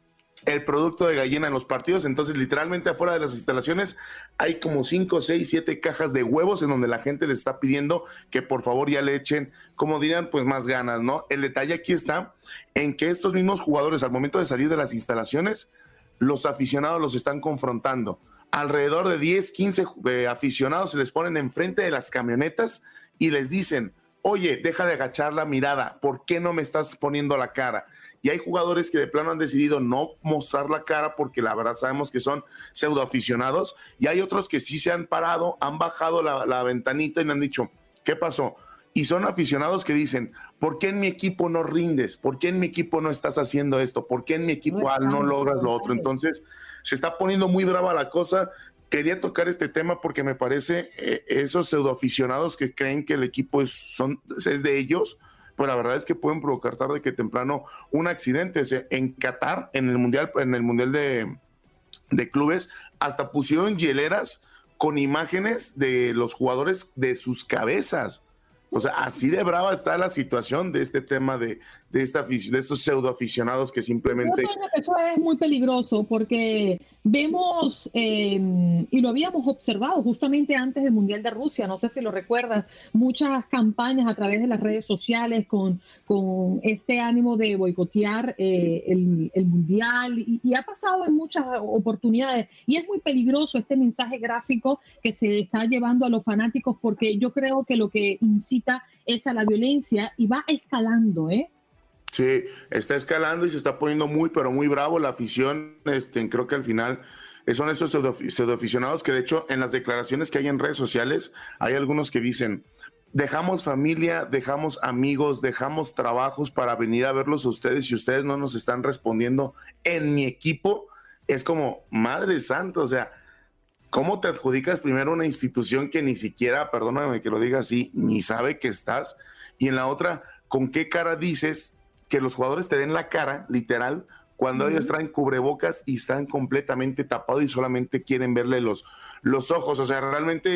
el producto de gallina en los partidos. Entonces literalmente afuera de las instalaciones hay como cinco, seis, siete cajas de huevos en donde la gente le está pidiendo que por favor ya le echen, como dirán, pues más ganas, ¿no? El detalle aquí está en que estos mismos jugadores, al momento de salir de las instalaciones, los aficionados los están confrontando. Alrededor de diez, quince eh, aficionados se les ponen enfrente de las camionetas y les dicen, oye, deja de agachar la mirada, ¿por qué no me estás poniendo la cara? Y hay jugadores que de plano han decidido no mostrar la cara porque la verdad sabemos que son pseudoaficionados, y hay otros que sí se han parado, han bajado la, la ventanita y me han dicho, ¿qué pasó? Y son aficionados que dicen, ¿por qué en mi equipo no rindes? ¿Por qué en mi equipo no estás haciendo esto? ¿Por qué en mi equipo ah, no logras lo otro? Entonces, se está poniendo muy brava la cosa. Quería tocar este tema porque me parece eh, esos pseudoaficionados que creen que el equipo es, son, es de ellos, pues la verdad es que pueden provocar tarde que temprano un accidente. O sea, en Qatar, en el Mundial, en el mundial de, de Clubes, hasta pusieron hieleras con imágenes de los jugadores de sus cabezas. O sea, así de brava está la situación de este tema de, de, esta, de estos pseudoaficionados que simplemente... Yo creo que eso es muy peligroso porque vemos, eh, y lo habíamos observado justamente antes del Mundial de Rusia, no sé si lo recuerdas, muchas campañas a través de las redes sociales con, con este ánimo de boicotear eh, el, el Mundial, y, y ha pasado en muchas oportunidades, y es muy peligroso este mensaje gráfico que se está llevando a los fanáticos, porque yo creo que lo que incita es a la violencia y va escalando, ¿eh? Sí, está escalando y se está poniendo muy, pero muy bravo la afición. Este, creo que al final son esos pseudoaficionados que de hecho en las declaraciones que hay en redes sociales hay algunos que dicen, dejamos familia, dejamos amigos, dejamos trabajos para venir a verlos a ustedes y ustedes no nos están respondiendo en mi equipo. Es como, madre santa, o sea, ¿cómo te adjudicas primero una institución que ni siquiera, perdóname que lo diga así, ni sabe que estás? Y en la otra, ¿con qué cara dices que los jugadores te den la cara, literal, cuando uh-huh. ellos traen cubrebocas y están completamente tapados y solamente quieren verle los, los ojos? O sea, realmente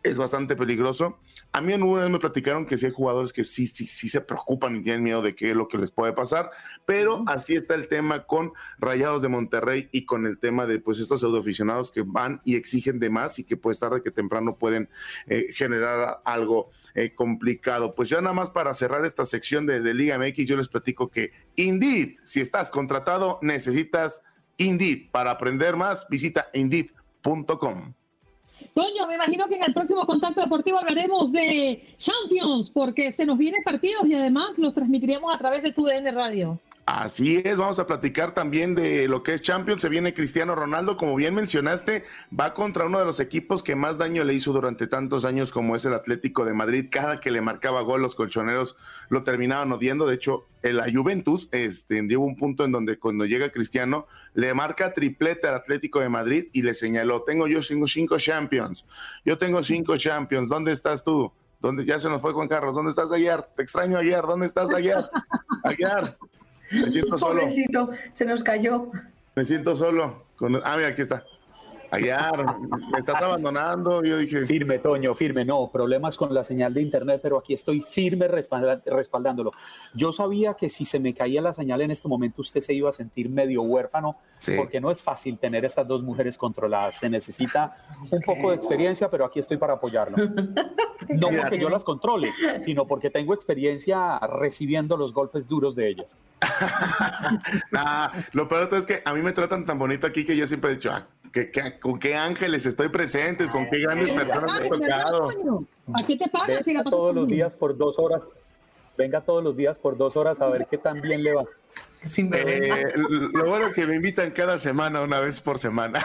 es bastante peligroso. A mí en una vez me platicaron que sí hay jugadores que sí, sí, sí se preocupan y tienen miedo de qué es lo que les puede pasar, pero así está el tema con Rayados de Monterrey y con el tema de pues estos pseudoaficionados que van y exigen de más y que pues tarde que temprano pueden eh, generar algo eh, complicado. Pues ya nada más para cerrar esta sección de, de Liga M X, yo les platico que Indeed, si estás contratado, necesitas Indeed. Para aprender más, visita indeed punto com. Toño, me imagino que en el próximo Contacto Deportivo hablaremos de Champions, porque se nos vienen partidos y además los transmitiremos a través de tu D N Radio. Así es, vamos a platicar también de lo que es Champions. Se viene Cristiano Ronaldo, como bien mencionaste, va contra uno de los equipos que más daño le hizo durante tantos años, como es el Atlético de Madrid. Cada que le marcaba gol, los colchoneros lo terminaban odiando. De hecho, la Juventus este, llegó un punto en donde cuando llega Cristiano, le marca triplete al Atlético de Madrid y le señaló: tengo yo cinco, cinco Champions, yo tengo cinco Champions, ¿dónde estás tú? ¿Dónde? Ya se nos fue Juan Carlos, ¿dónde estás, Aguiar? Te extraño, Aguiar, ¿dónde estás, Aguiar? Aguiar. Me siento solo. Pobrecito, se nos cayó. Me siento solo. Con... Ah, mira, aquí está. Aguiar, me estás abandonando. Yo dije... Firme, Toño, firme. No, problemas con la señal de internet, pero aquí estoy firme respaldándolo. Yo sabía que si se me caía la señal en este momento, usted se iba a sentir medio huérfano, sí, porque no es fácil tener estas dos mujeres controladas. Se necesita un poco de experiencia, pero aquí estoy para apoyarlo. No porque yo las controle, sino porque tengo experiencia recibiendo los golpes duros de ellas. Nah, lo peor es que a mí me tratan tan bonito aquí que yo siempre he dicho, ah, que, que, con qué ángeles estoy presentes, con qué grandes personas me he tocado. ¿A qué te pagan? Venga todos los días por dos horas, venga todos los días por dos horas a ver qué tan bien le va. Eh, lo bueno es que me invitan cada semana, una vez por semana.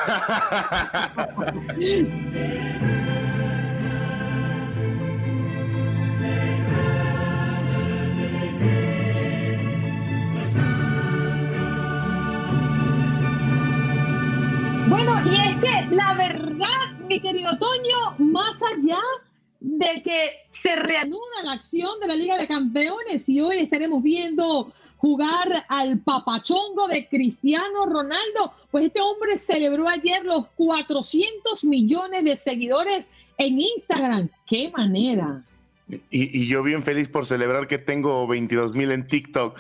Bueno, y es que la verdad, mi querido Toño, más allá de que se reanuda la acción de la Liga de Campeones y hoy estaremos viendo jugar al papachongo de Cristiano Ronaldo, pues este hombre celebró ayer los cuatrocientos millones de seguidores en Instagram. ¡Qué manera! Y, y yo bien feliz por celebrar que tengo veintidós mil en TikTok.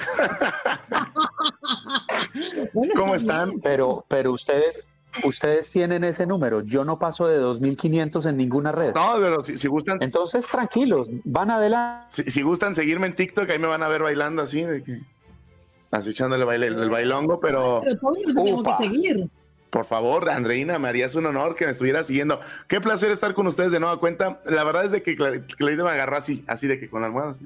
Bueno, ¿cómo están? Pero, pero ustedes... Ustedes tienen ese número, yo no paso de dos mil quinientos en ninguna red. No, pero si, si gustan... Entonces, tranquilos, van adelante. Si, si gustan seguirme en TikTok, ahí me van a ver bailando así, de que... así echándole baile, el, el bailongo, pero... Pero todos lo tenemos que seguir. Por favor, Andreina, me harías un honor que me estuviera siguiendo. Qué placer estar con ustedes de nueva cuenta. La verdad es de que Clarita me agarró así, así de que con la almohada.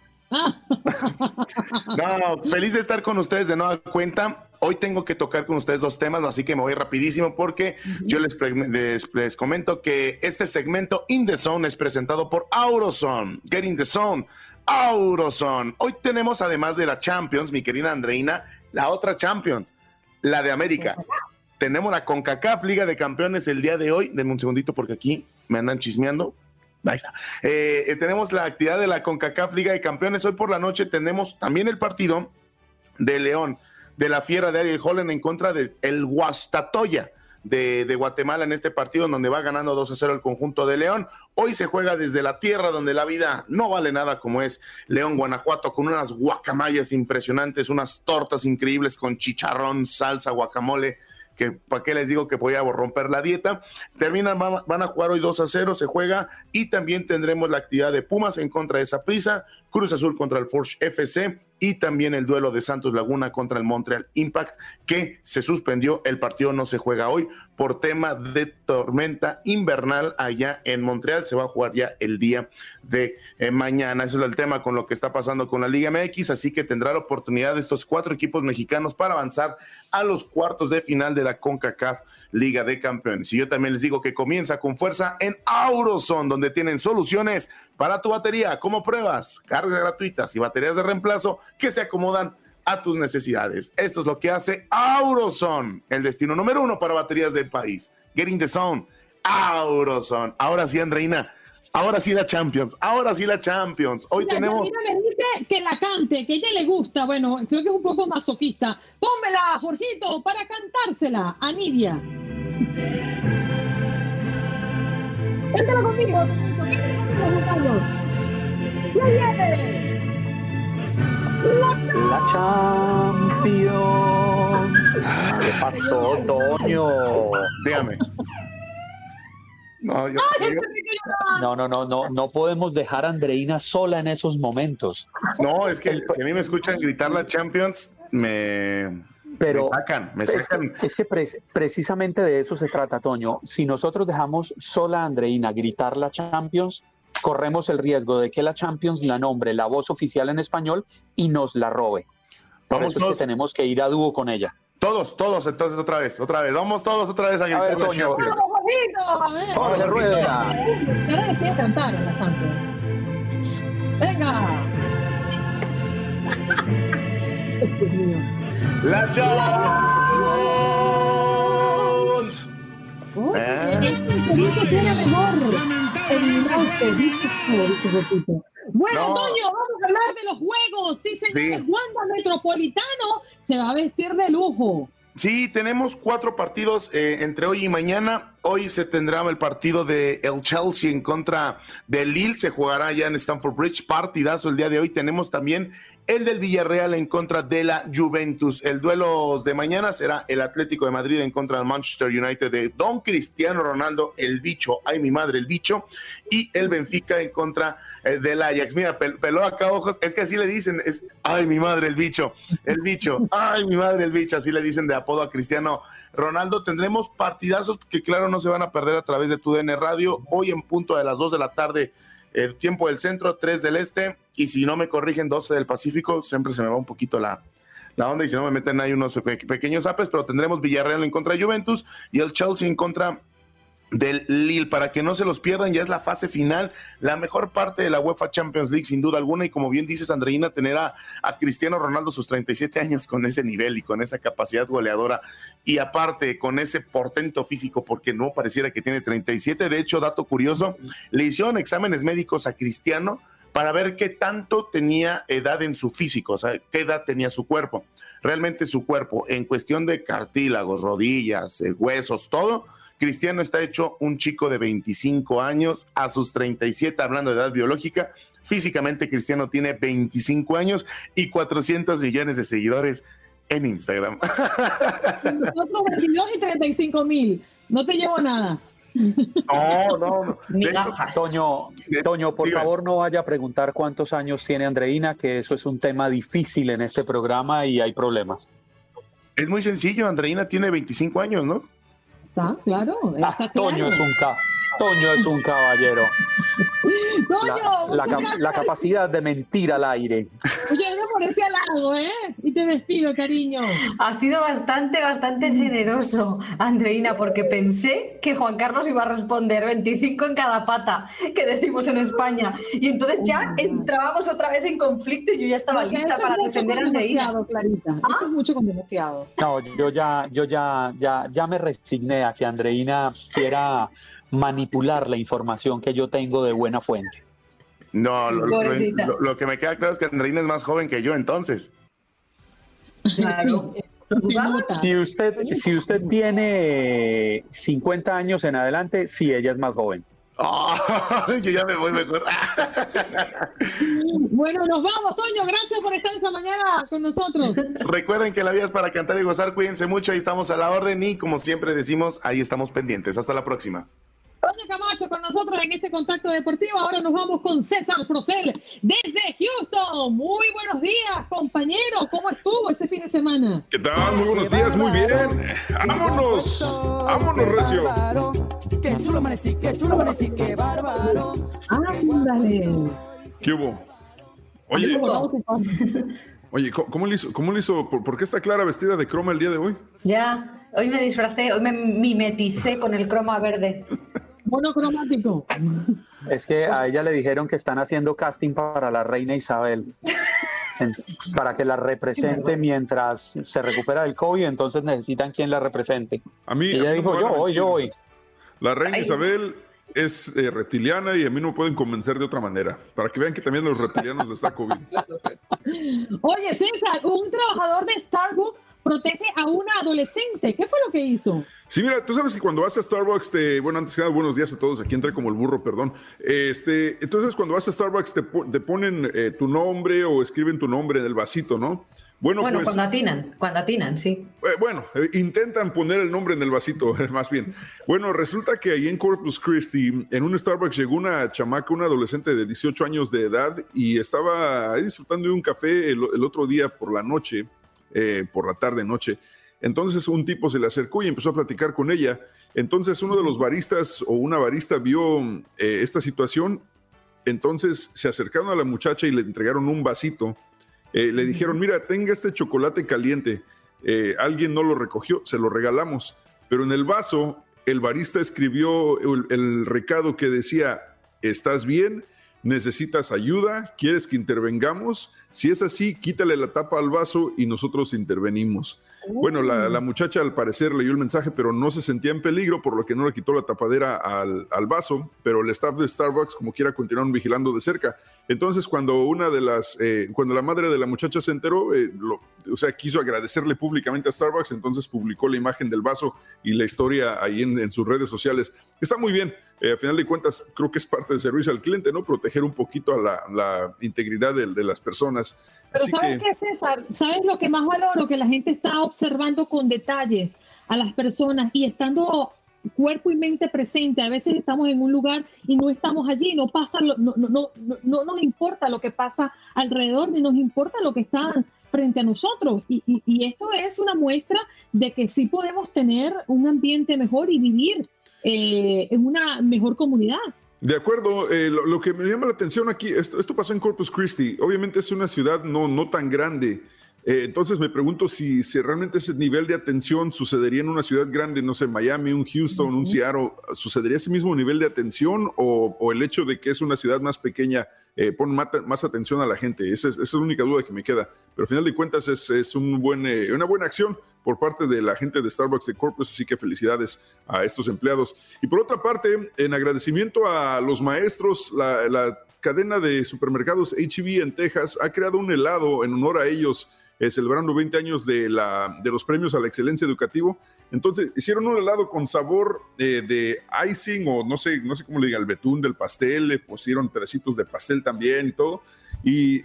No, feliz de estar con ustedes de nueva cuenta. Hoy tengo que tocar con ustedes dos temas, así que me voy rapidísimo porque uh-huh. yo les, les, les comento que este segmento In The Zone es presentado por AutoZone. Get in the Zone, AutoZone. Hoy tenemos, además de la Champions, mi querida Andreina, la otra Champions, la de América. Tenemos la CONCACAF Liga de Campeones el día de hoy. Denme un segundito porque aquí me andan chismeando. Ahí está. Eh, eh, tenemos la actividad de la CONCACAF Liga de Campeones. Hoy por la noche tenemos también el partido de León, de la Fiera de Ariel Holland en contra del Guastatoya de, de Guatemala en este partido, donde va ganando dos a cero el conjunto de León. Hoy se juega desde la tierra donde la vida no vale nada, como es León, Guanajuato, con unas guacamayas impresionantes, unas tortas increíbles con chicharrón, salsa, guacamole, que para qué les digo que voy a romper la dieta. Terminan, van, van a jugar hoy dos a cero, se juega, y también tendremos la actividad de Pumas en contra de Saprissa, Cruz Azul contra el Forge F C, y también el duelo de Santos Laguna contra el Montreal Impact, que se suspendió. El partido no se juega hoy por tema de tormenta invernal allá en Montreal. Se va a jugar ya el día de eh, mañana. Ese es el tema con lo que está pasando con la Liga M X, así que tendrá la oportunidad de estos cuatro equipos mexicanos para avanzar a los cuartos de final de la CONCACAF Liga de Campeones. Y yo también les digo que comienza con fuerza en AutoZone, donde tienen soluciones para tu batería, como pruebas, cargas gratuitas y baterías de reemplazo que se acomodan a tus necesidades. Esto es lo que hace AutoZone, el destino número uno para baterías del país. Get in the zone, AutoZone. Ahora sí, Andreina, ahora sí la Champions, ahora sí la Champions. Hoy Mira, tenemos... Mira, me dice que la cante, que a ella le gusta. Bueno, creo que es un poco masoquista. Pónmela, Jorgito, para cantársela a Nidia. Éntala conmigo, Juan Carlos. ¿Qué viene? La Champions. ¿Qué pasó, Toño? Dígame. No, yo, Ay, yo- No, no, no, no, no podemos dejar a Andreina sola en esos momentos. no, es que si a mí me escuchan gritar la Champions, me, Pero me sacan, me es, sacan. es que pre- precisamente de eso se trata, Toño. Si nosotros dejamos sola a Andreina gritar la Champions, corremos el riesgo de que la Champions la nombre la voz oficial en español y nos la robe. Por Vamos eso es todos. que tenemos que ir a dúo con ella. Todos, todos, entonces otra vez, otra vez. Vamos todos otra vez a gritar ver, la Toño. Champions. ¡Vamos, Juanito! A ver. ¡Órale, rueda! Ahora les quiero cantar en la Champions. ¡Venga! Dios mío. La Champions. Oye, Ah. este Felipe tiene mejor. Eliminaste, dice dice Pepito. Bueno, No. Toño, vamos a hablar de los juegos. Sí, señores, Sí. Wanda Metropolitano se va a vestir de lujo. Sí, tenemos cuatro partidos eh, entre hoy y mañana. Hoy se tendrá el partido de el Chelsea en contra del Lille. Se jugará ya en Stamford Bridge. Partidazo el día de hoy. Tenemos también el del Villarreal en contra de la Juventus. El duelo de mañana será el Atlético de Madrid en contra del Manchester United de Don Cristiano Ronaldo, el bicho. Ay, mi madre, el bicho. Y el Benfica en contra eh, del Ajax. Mira, pel peló acá ojos. Es que así le dicen. Es, ay, mi madre, el bicho. El bicho. Ay, mi madre, el bicho. Así le dicen de apodo a Cristiano Ronaldo. Tendremos partidazos que, claro, no se van a perder a través de tu D N Radio. Hoy en punto de las dos de la tarde. El tiempo del centro, tres del este, y si no me corrigen, doce del Pacífico. Siempre se me va un poquito la, la onda, y si no me meten ahí unos pe pequeños apes, pero tendremos Villarreal en contra de Juventus y el Chelsea en contra del Lille. Para que no se los pierdan, ya es la fase final, la mejor parte de la UEFA Champions League, sin duda alguna, y como bien dices, Andreina, tener a, a Cristiano Ronaldo sus treinta y siete años con ese nivel y con esa capacidad goleadora, y aparte con ese portento físico, porque no pareciera que tiene treinta y siete. De hecho, dato curioso, le hicieron exámenes médicos a Cristiano para ver qué tanto tenía edad en su físico, o sea, qué edad tenía su cuerpo. Realmente su cuerpo, en cuestión de cartílagos, rodillas, eh, huesos, todo, Cristiano está hecho un chico de veinticinco años a sus treinta y siete, hablando de edad biológica. Físicamente, Cristiano tiene veinticinco años y cuatrocientos millones de seguidores en Instagram. Nosotros veintidós y treinta y cinco mil. No te llevo nada. No, no, no. De hecho, Migajas. Toño, Toño, por Dime. favor no vaya a preguntar cuántos años tiene Andreina, que eso es un tema difícil en este programa y hay problemas. es muy sencillo, Andreina tiene veinticinco años, ¿no? Está claro. Ah, Está claro. Toño es un ca Toño es un caballero. Toño, La, la, muchas cap- gracias. la capacidad de mentir al aire. Oye, yo me por ese lado, ¿eh? Y te despido, cariño. Ha sido bastante, bastante generoso, Andreina, porque pensé que Juan Carlos iba a responder veinticinco en cada pata, que decimos en España. Y entonces ya entrábamos otra vez en conflicto y yo ya estaba Porque lista eso para es mucho defender a con Andreina. demasiado, Clarita. Eso es mucho con demasiado. No, yo ya, yo ya, ya, ya me resigné a que Andreina quiera manipular la información que yo tengo de buena fuente. No, lo, lo- Pobrecita. lo- lo que me queda claro es que Andreina es más joven que yo, entonces. Claro. Sí, ¿Dudabas? se nota. Si usted, si usted tiene cincuenta años en adelante, sí, ella es más joven. Ah, yo ya me voy mejor. Bueno, nos vamos, Toño. Gracias por estar esta mañana con nosotros. Recuerden que la vida es para cantar y gozar. Cuídense mucho, ahí estamos a la orden y como siempre decimos, ahí estamos pendientes. Hasta la próxima. Toño Camacho con nosotros en este contacto deportivo. Ahora nos vamos con César Procel desde Houston. Muy buenos días, compañero. ¿Cómo estuvo ese fin de semana? ¿Qué tal? Muy buenos días, muy bien. ¡Vámonos! ¡Vámonos, Recio! Qué chulo amanecí, qué chulo amanecí, qué bárbaro. Ándale. ¿Qué hubo? Oye, oye, ¿cómo cómo le hizo? ¿Cómo le hizo? ¿Por, por qué está Clara vestida de croma el día de hoy? Ya, hoy me disfracé, hoy me mimeticé con el croma verde. Monocromático. Es que a ella le dijeron que están haciendo casting para la reina Isabel, en- para que la represente mientras se recupera del COVID, entonces necesitan quien la represente. A mí, Y a ella mí no dijo, me yo van a voy, yo mentir. voy. La reina Ay. Isabel es eh, reptiliana y a mí no me pueden convencer de otra manera. Para que vean que también a los reptilianos les da COVID. Oye, César, un trabajador de Starbucks protege a una adolescente. ¿Qué fue lo que hizo? Sí, mira, tú sabes que cuando vas a Starbucks, te, bueno, antes que nada, buenos días a todos, aquí entré como el burro, perdón. Este, entonces, cuando vas a Starbucks, te, te ponen eh, tu nombre o escriben tu nombre en el vasito, ¿no? Bueno, bueno pues, cuando atinan, cuando atinan, sí. Eh, bueno, eh, intentan poner el nombre en el vasito, más bien. Bueno, resulta que ahí en Corpus Christi, en un Starbucks, llegó una chamaca, una adolescente de dieciocho años de edad, y estaba ahí disfrutando de un café el, el otro día por la noche, eh, por la tarde-noche. Entonces un tipo se le acercó y empezó a platicar con ella. Entonces uno de los baristas o una barista vio eh, esta situación. Entonces se acercaron a la muchacha y le entregaron un vasito. Eh, le dijeron, mira, tenga este chocolate caliente. Eh, alguien no lo recogió, se lo regalamos. Pero en el vaso, el barista escribió el, el recado que decía, ¿estás bien? ¿Necesitas ayuda? ¿Quieres que intervengamos? Si es así, quítale la tapa al vaso y nosotros intervenimos. Bueno, la, la muchacha al parecer leyó el mensaje, pero no se sentía en peligro, por lo que no le quitó la tapadera al, al vaso, pero el staff de Starbucks, como quiera, continuaron vigilando de cerca. Entonces, cuando una de las, eh, cuando la madre de la muchacha se enteró, eh, lo, o sea, quiso agradecerle públicamente a Starbucks, entonces publicó la imagen del vaso y la historia ahí en, en sus redes sociales. Está muy bien. Eh, a final de cuentas, creo que es parte del servicio al cliente, ¿no? Proteger un poquito a la, la integridad de, de las personas. Pero Así ¿sabes que... qué, César? ¿Sabes lo que más valoro? Que la gente está observando con detalle a las personas y estando cuerpo y mente presente. A veces estamos en un lugar y no estamos allí, no pasa, no, no, no, no, no nos importa lo que pasa alrededor, ni nos importa lo que está frente a nosotros. Y, y, y esto es una muestra de que sí podemos tener un ambiente mejor y vivir eh, en una mejor comunidad. De acuerdo, eh, lo, lo que me llama la atención aquí, esto, esto pasó en Corpus Christi, obviamente es una ciudad no, no tan grande, eh, entonces me pregunto si, si realmente ese nivel de atención sucedería en una ciudad grande, no sé, Miami, un Houston, uh-huh. un Seattle, ¿sucedería ese mismo nivel de atención o, o el hecho de que es una ciudad más pequeña eh, pone más, más atención a la gente? Esa es, esa es la única duda que me queda, pero al final de cuentas es, es un buen, eh, una buena acción por parte de la gente de Starbucks de Corpus, así que felicidades a estos empleados. Y por otra parte, en agradecimiento a los maestros, la, la cadena de supermercados H E B en Texas ha creado un helado en honor a ellos, eh, celebrando veinte años de, la, de los premios a la excelencia educativa. Entonces, hicieron un helado con sabor eh, de icing, o no sé, no sé cómo le digan, el betún del pastel, le pusieron pedacitos de pastel también y todo, y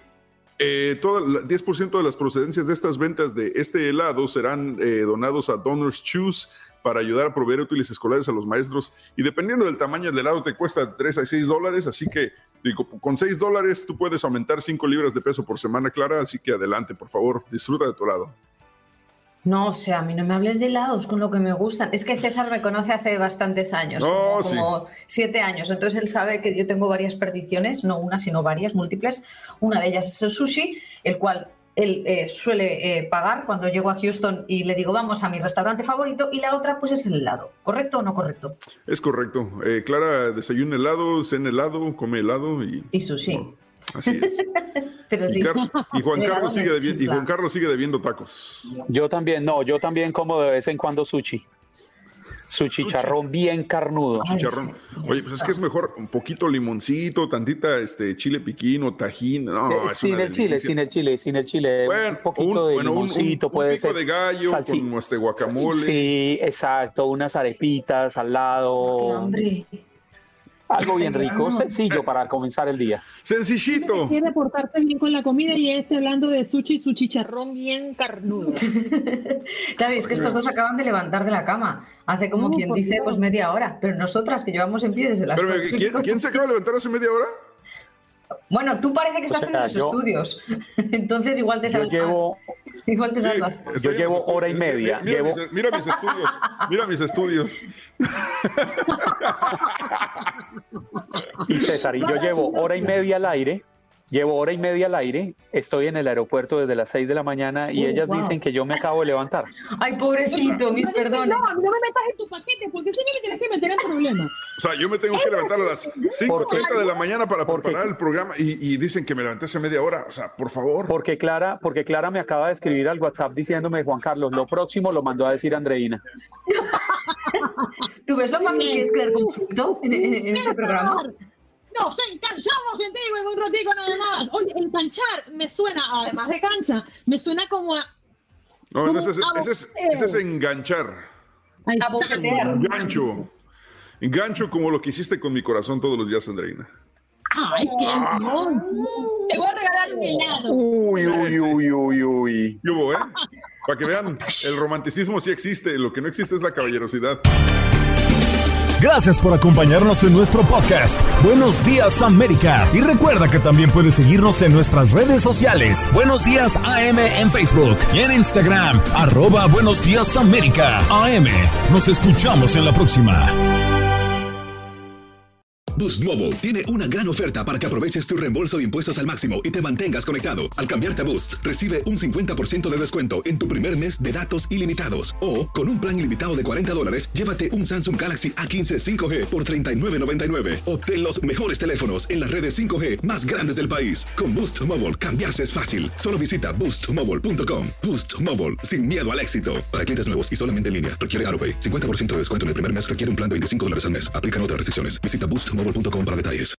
Eh, todo el diez por ciento de las procedencias de estas ventas de este helado serán eh, donados a Donors Choose para ayudar a proveer útiles escolares a los maestros, y dependiendo del tamaño del helado te cuesta tres a seis dólares, así que digo, con seis dólares tú puedes aumentar cinco libras de peso por semana, Clara, así que adelante, por favor, disfruta de tu helado. No, o sea, a mí no me hables de helados con lo que me gustan. Es que César me conoce hace bastantes años, no, como, sí. como siete años. Entonces él sabe que yo tengo varias perdiciones, no una, sino varias, múltiples. Una de ellas es el sushi, el cual él eh, suele eh, pagar cuando llego a Houston y le digo, vamos a mi restaurante favorito, y la otra pues es el helado. ¿Correcto o no correcto? Es correcto. Eh, Clara desayuna helado, cena helado, come helado y... Y sushi. No, así es. Pero y, sí. Car y, Juan Carlos sigue debi y Juan Carlos sigue debiendo tacos. Yo también, no, yo también como de vez en cuando sushi. Su chicharrón bien carnudo. Chicharrón. Oye, pues es que es mejor un poquito limoncito, tantita este chile piquín o tajín. No, eh, es sin una el chile, delicia. sin el chile, sin el chile. Bueno, un poquito un, de bueno, limoncito un, un, puede un pico ser. de gallo Salsi con este guacamole. Sí, exacto, unas arepitas al lado. ¡Qué hambre! Algo bien rico, sencillo para comenzar el día. Sencillito. Quiere portarse bien con la comida y este hablando de sushi, su chicharrón bien carnudo. Claro, es que estos dos acaban de levantar de la cama. Hace como No, quien por dice, Dios. pues media hora. Pero nosotras, que llevamos en pie desde las... Pero, cuatro y ¿quién, pico. ¿quién se acaba de levantar hace media hora? Bueno, tú parece que estás O sea, en los yo- estudios. Entonces igual te Yo salvas. llevo, Igual te Sí, salvas. estoy Yo en llevo los estudios. hora y media, Mira, llevo- mis, mira mis estudios. Mira mis estudios. y César, y yo llevo hora y media al aire, llevo hora y media al aire, estoy en el aeropuerto desde las seis de la mañana y Uh, ellas wow. dicen que yo me acabo de levantar. Ay, pobrecito, mis No, perdones. No, no me metas en tu paquete porque si no me tienes que meter en problemas. O sea, yo me tengo que levantar a las cinco treinta de la mañana para ¿Por qué? preparar el programa y, y dicen que me levanté hace media hora. O sea, por favor. Porque Clara, porque Clara me acaba de escribir al WhatsApp diciéndome, Juan Carlos, lo próximo lo mandó a decir Andreina. ¿Tú ves lo fácil que es crear conflicto en, en- en este programa? Nos enganchamos contigo en un ratico nada más. Oye, enganchar me suena, además de cancha, me suena como a No, no ese, es, ese, es, ese es enganchar. Engancho. Engancho como lo que hiciste con mi corazón todos los días, Andreina. Ay, qué hermoso. Te voy a regalar un helado. Uy, uy, uy, uy, uy. ¿Qué hubo, eh? Para que vean, el romanticismo sí existe, lo que no existe es la caballerosidad. Gracias por acompañarnos en nuestro podcast. Buenos Días América. Y recuerda que también puedes seguirnos en nuestras redes sociales. Buenos Días A M en Facebook y en Instagram. Arroba Buenos Días América A M. Nos escuchamos en la próxima. Boost Mobile tiene una gran oferta para que aproveches tu reembolso de impuestos al máximo y te mantengas conectado. Al cambiarte a Boost, recibe un cincuenta por ciento de descuento en tu primer mes de datos ilimitados. O, con un plan ilimitado de cuarenta dólares, llévate un Samsung Galaxy A quince cinco G por treinta y nueve noventa y nueve. Obtén los mejores teléfonos en las redes cinco G más grandes del país. Con Boost Mobile, cambiarse es fácil. Solo visita boost mobile punto com. Boost Mobile, sin miedo al éxito. Para clientes nuevos y solamente en línea, requiere AutoPay. cincuenta por ciento de descuento en el primer mes, requiere un plan de veinticinco dólares al mes. Aplican otras restricciones. Visita boost mobile punto com para detalles.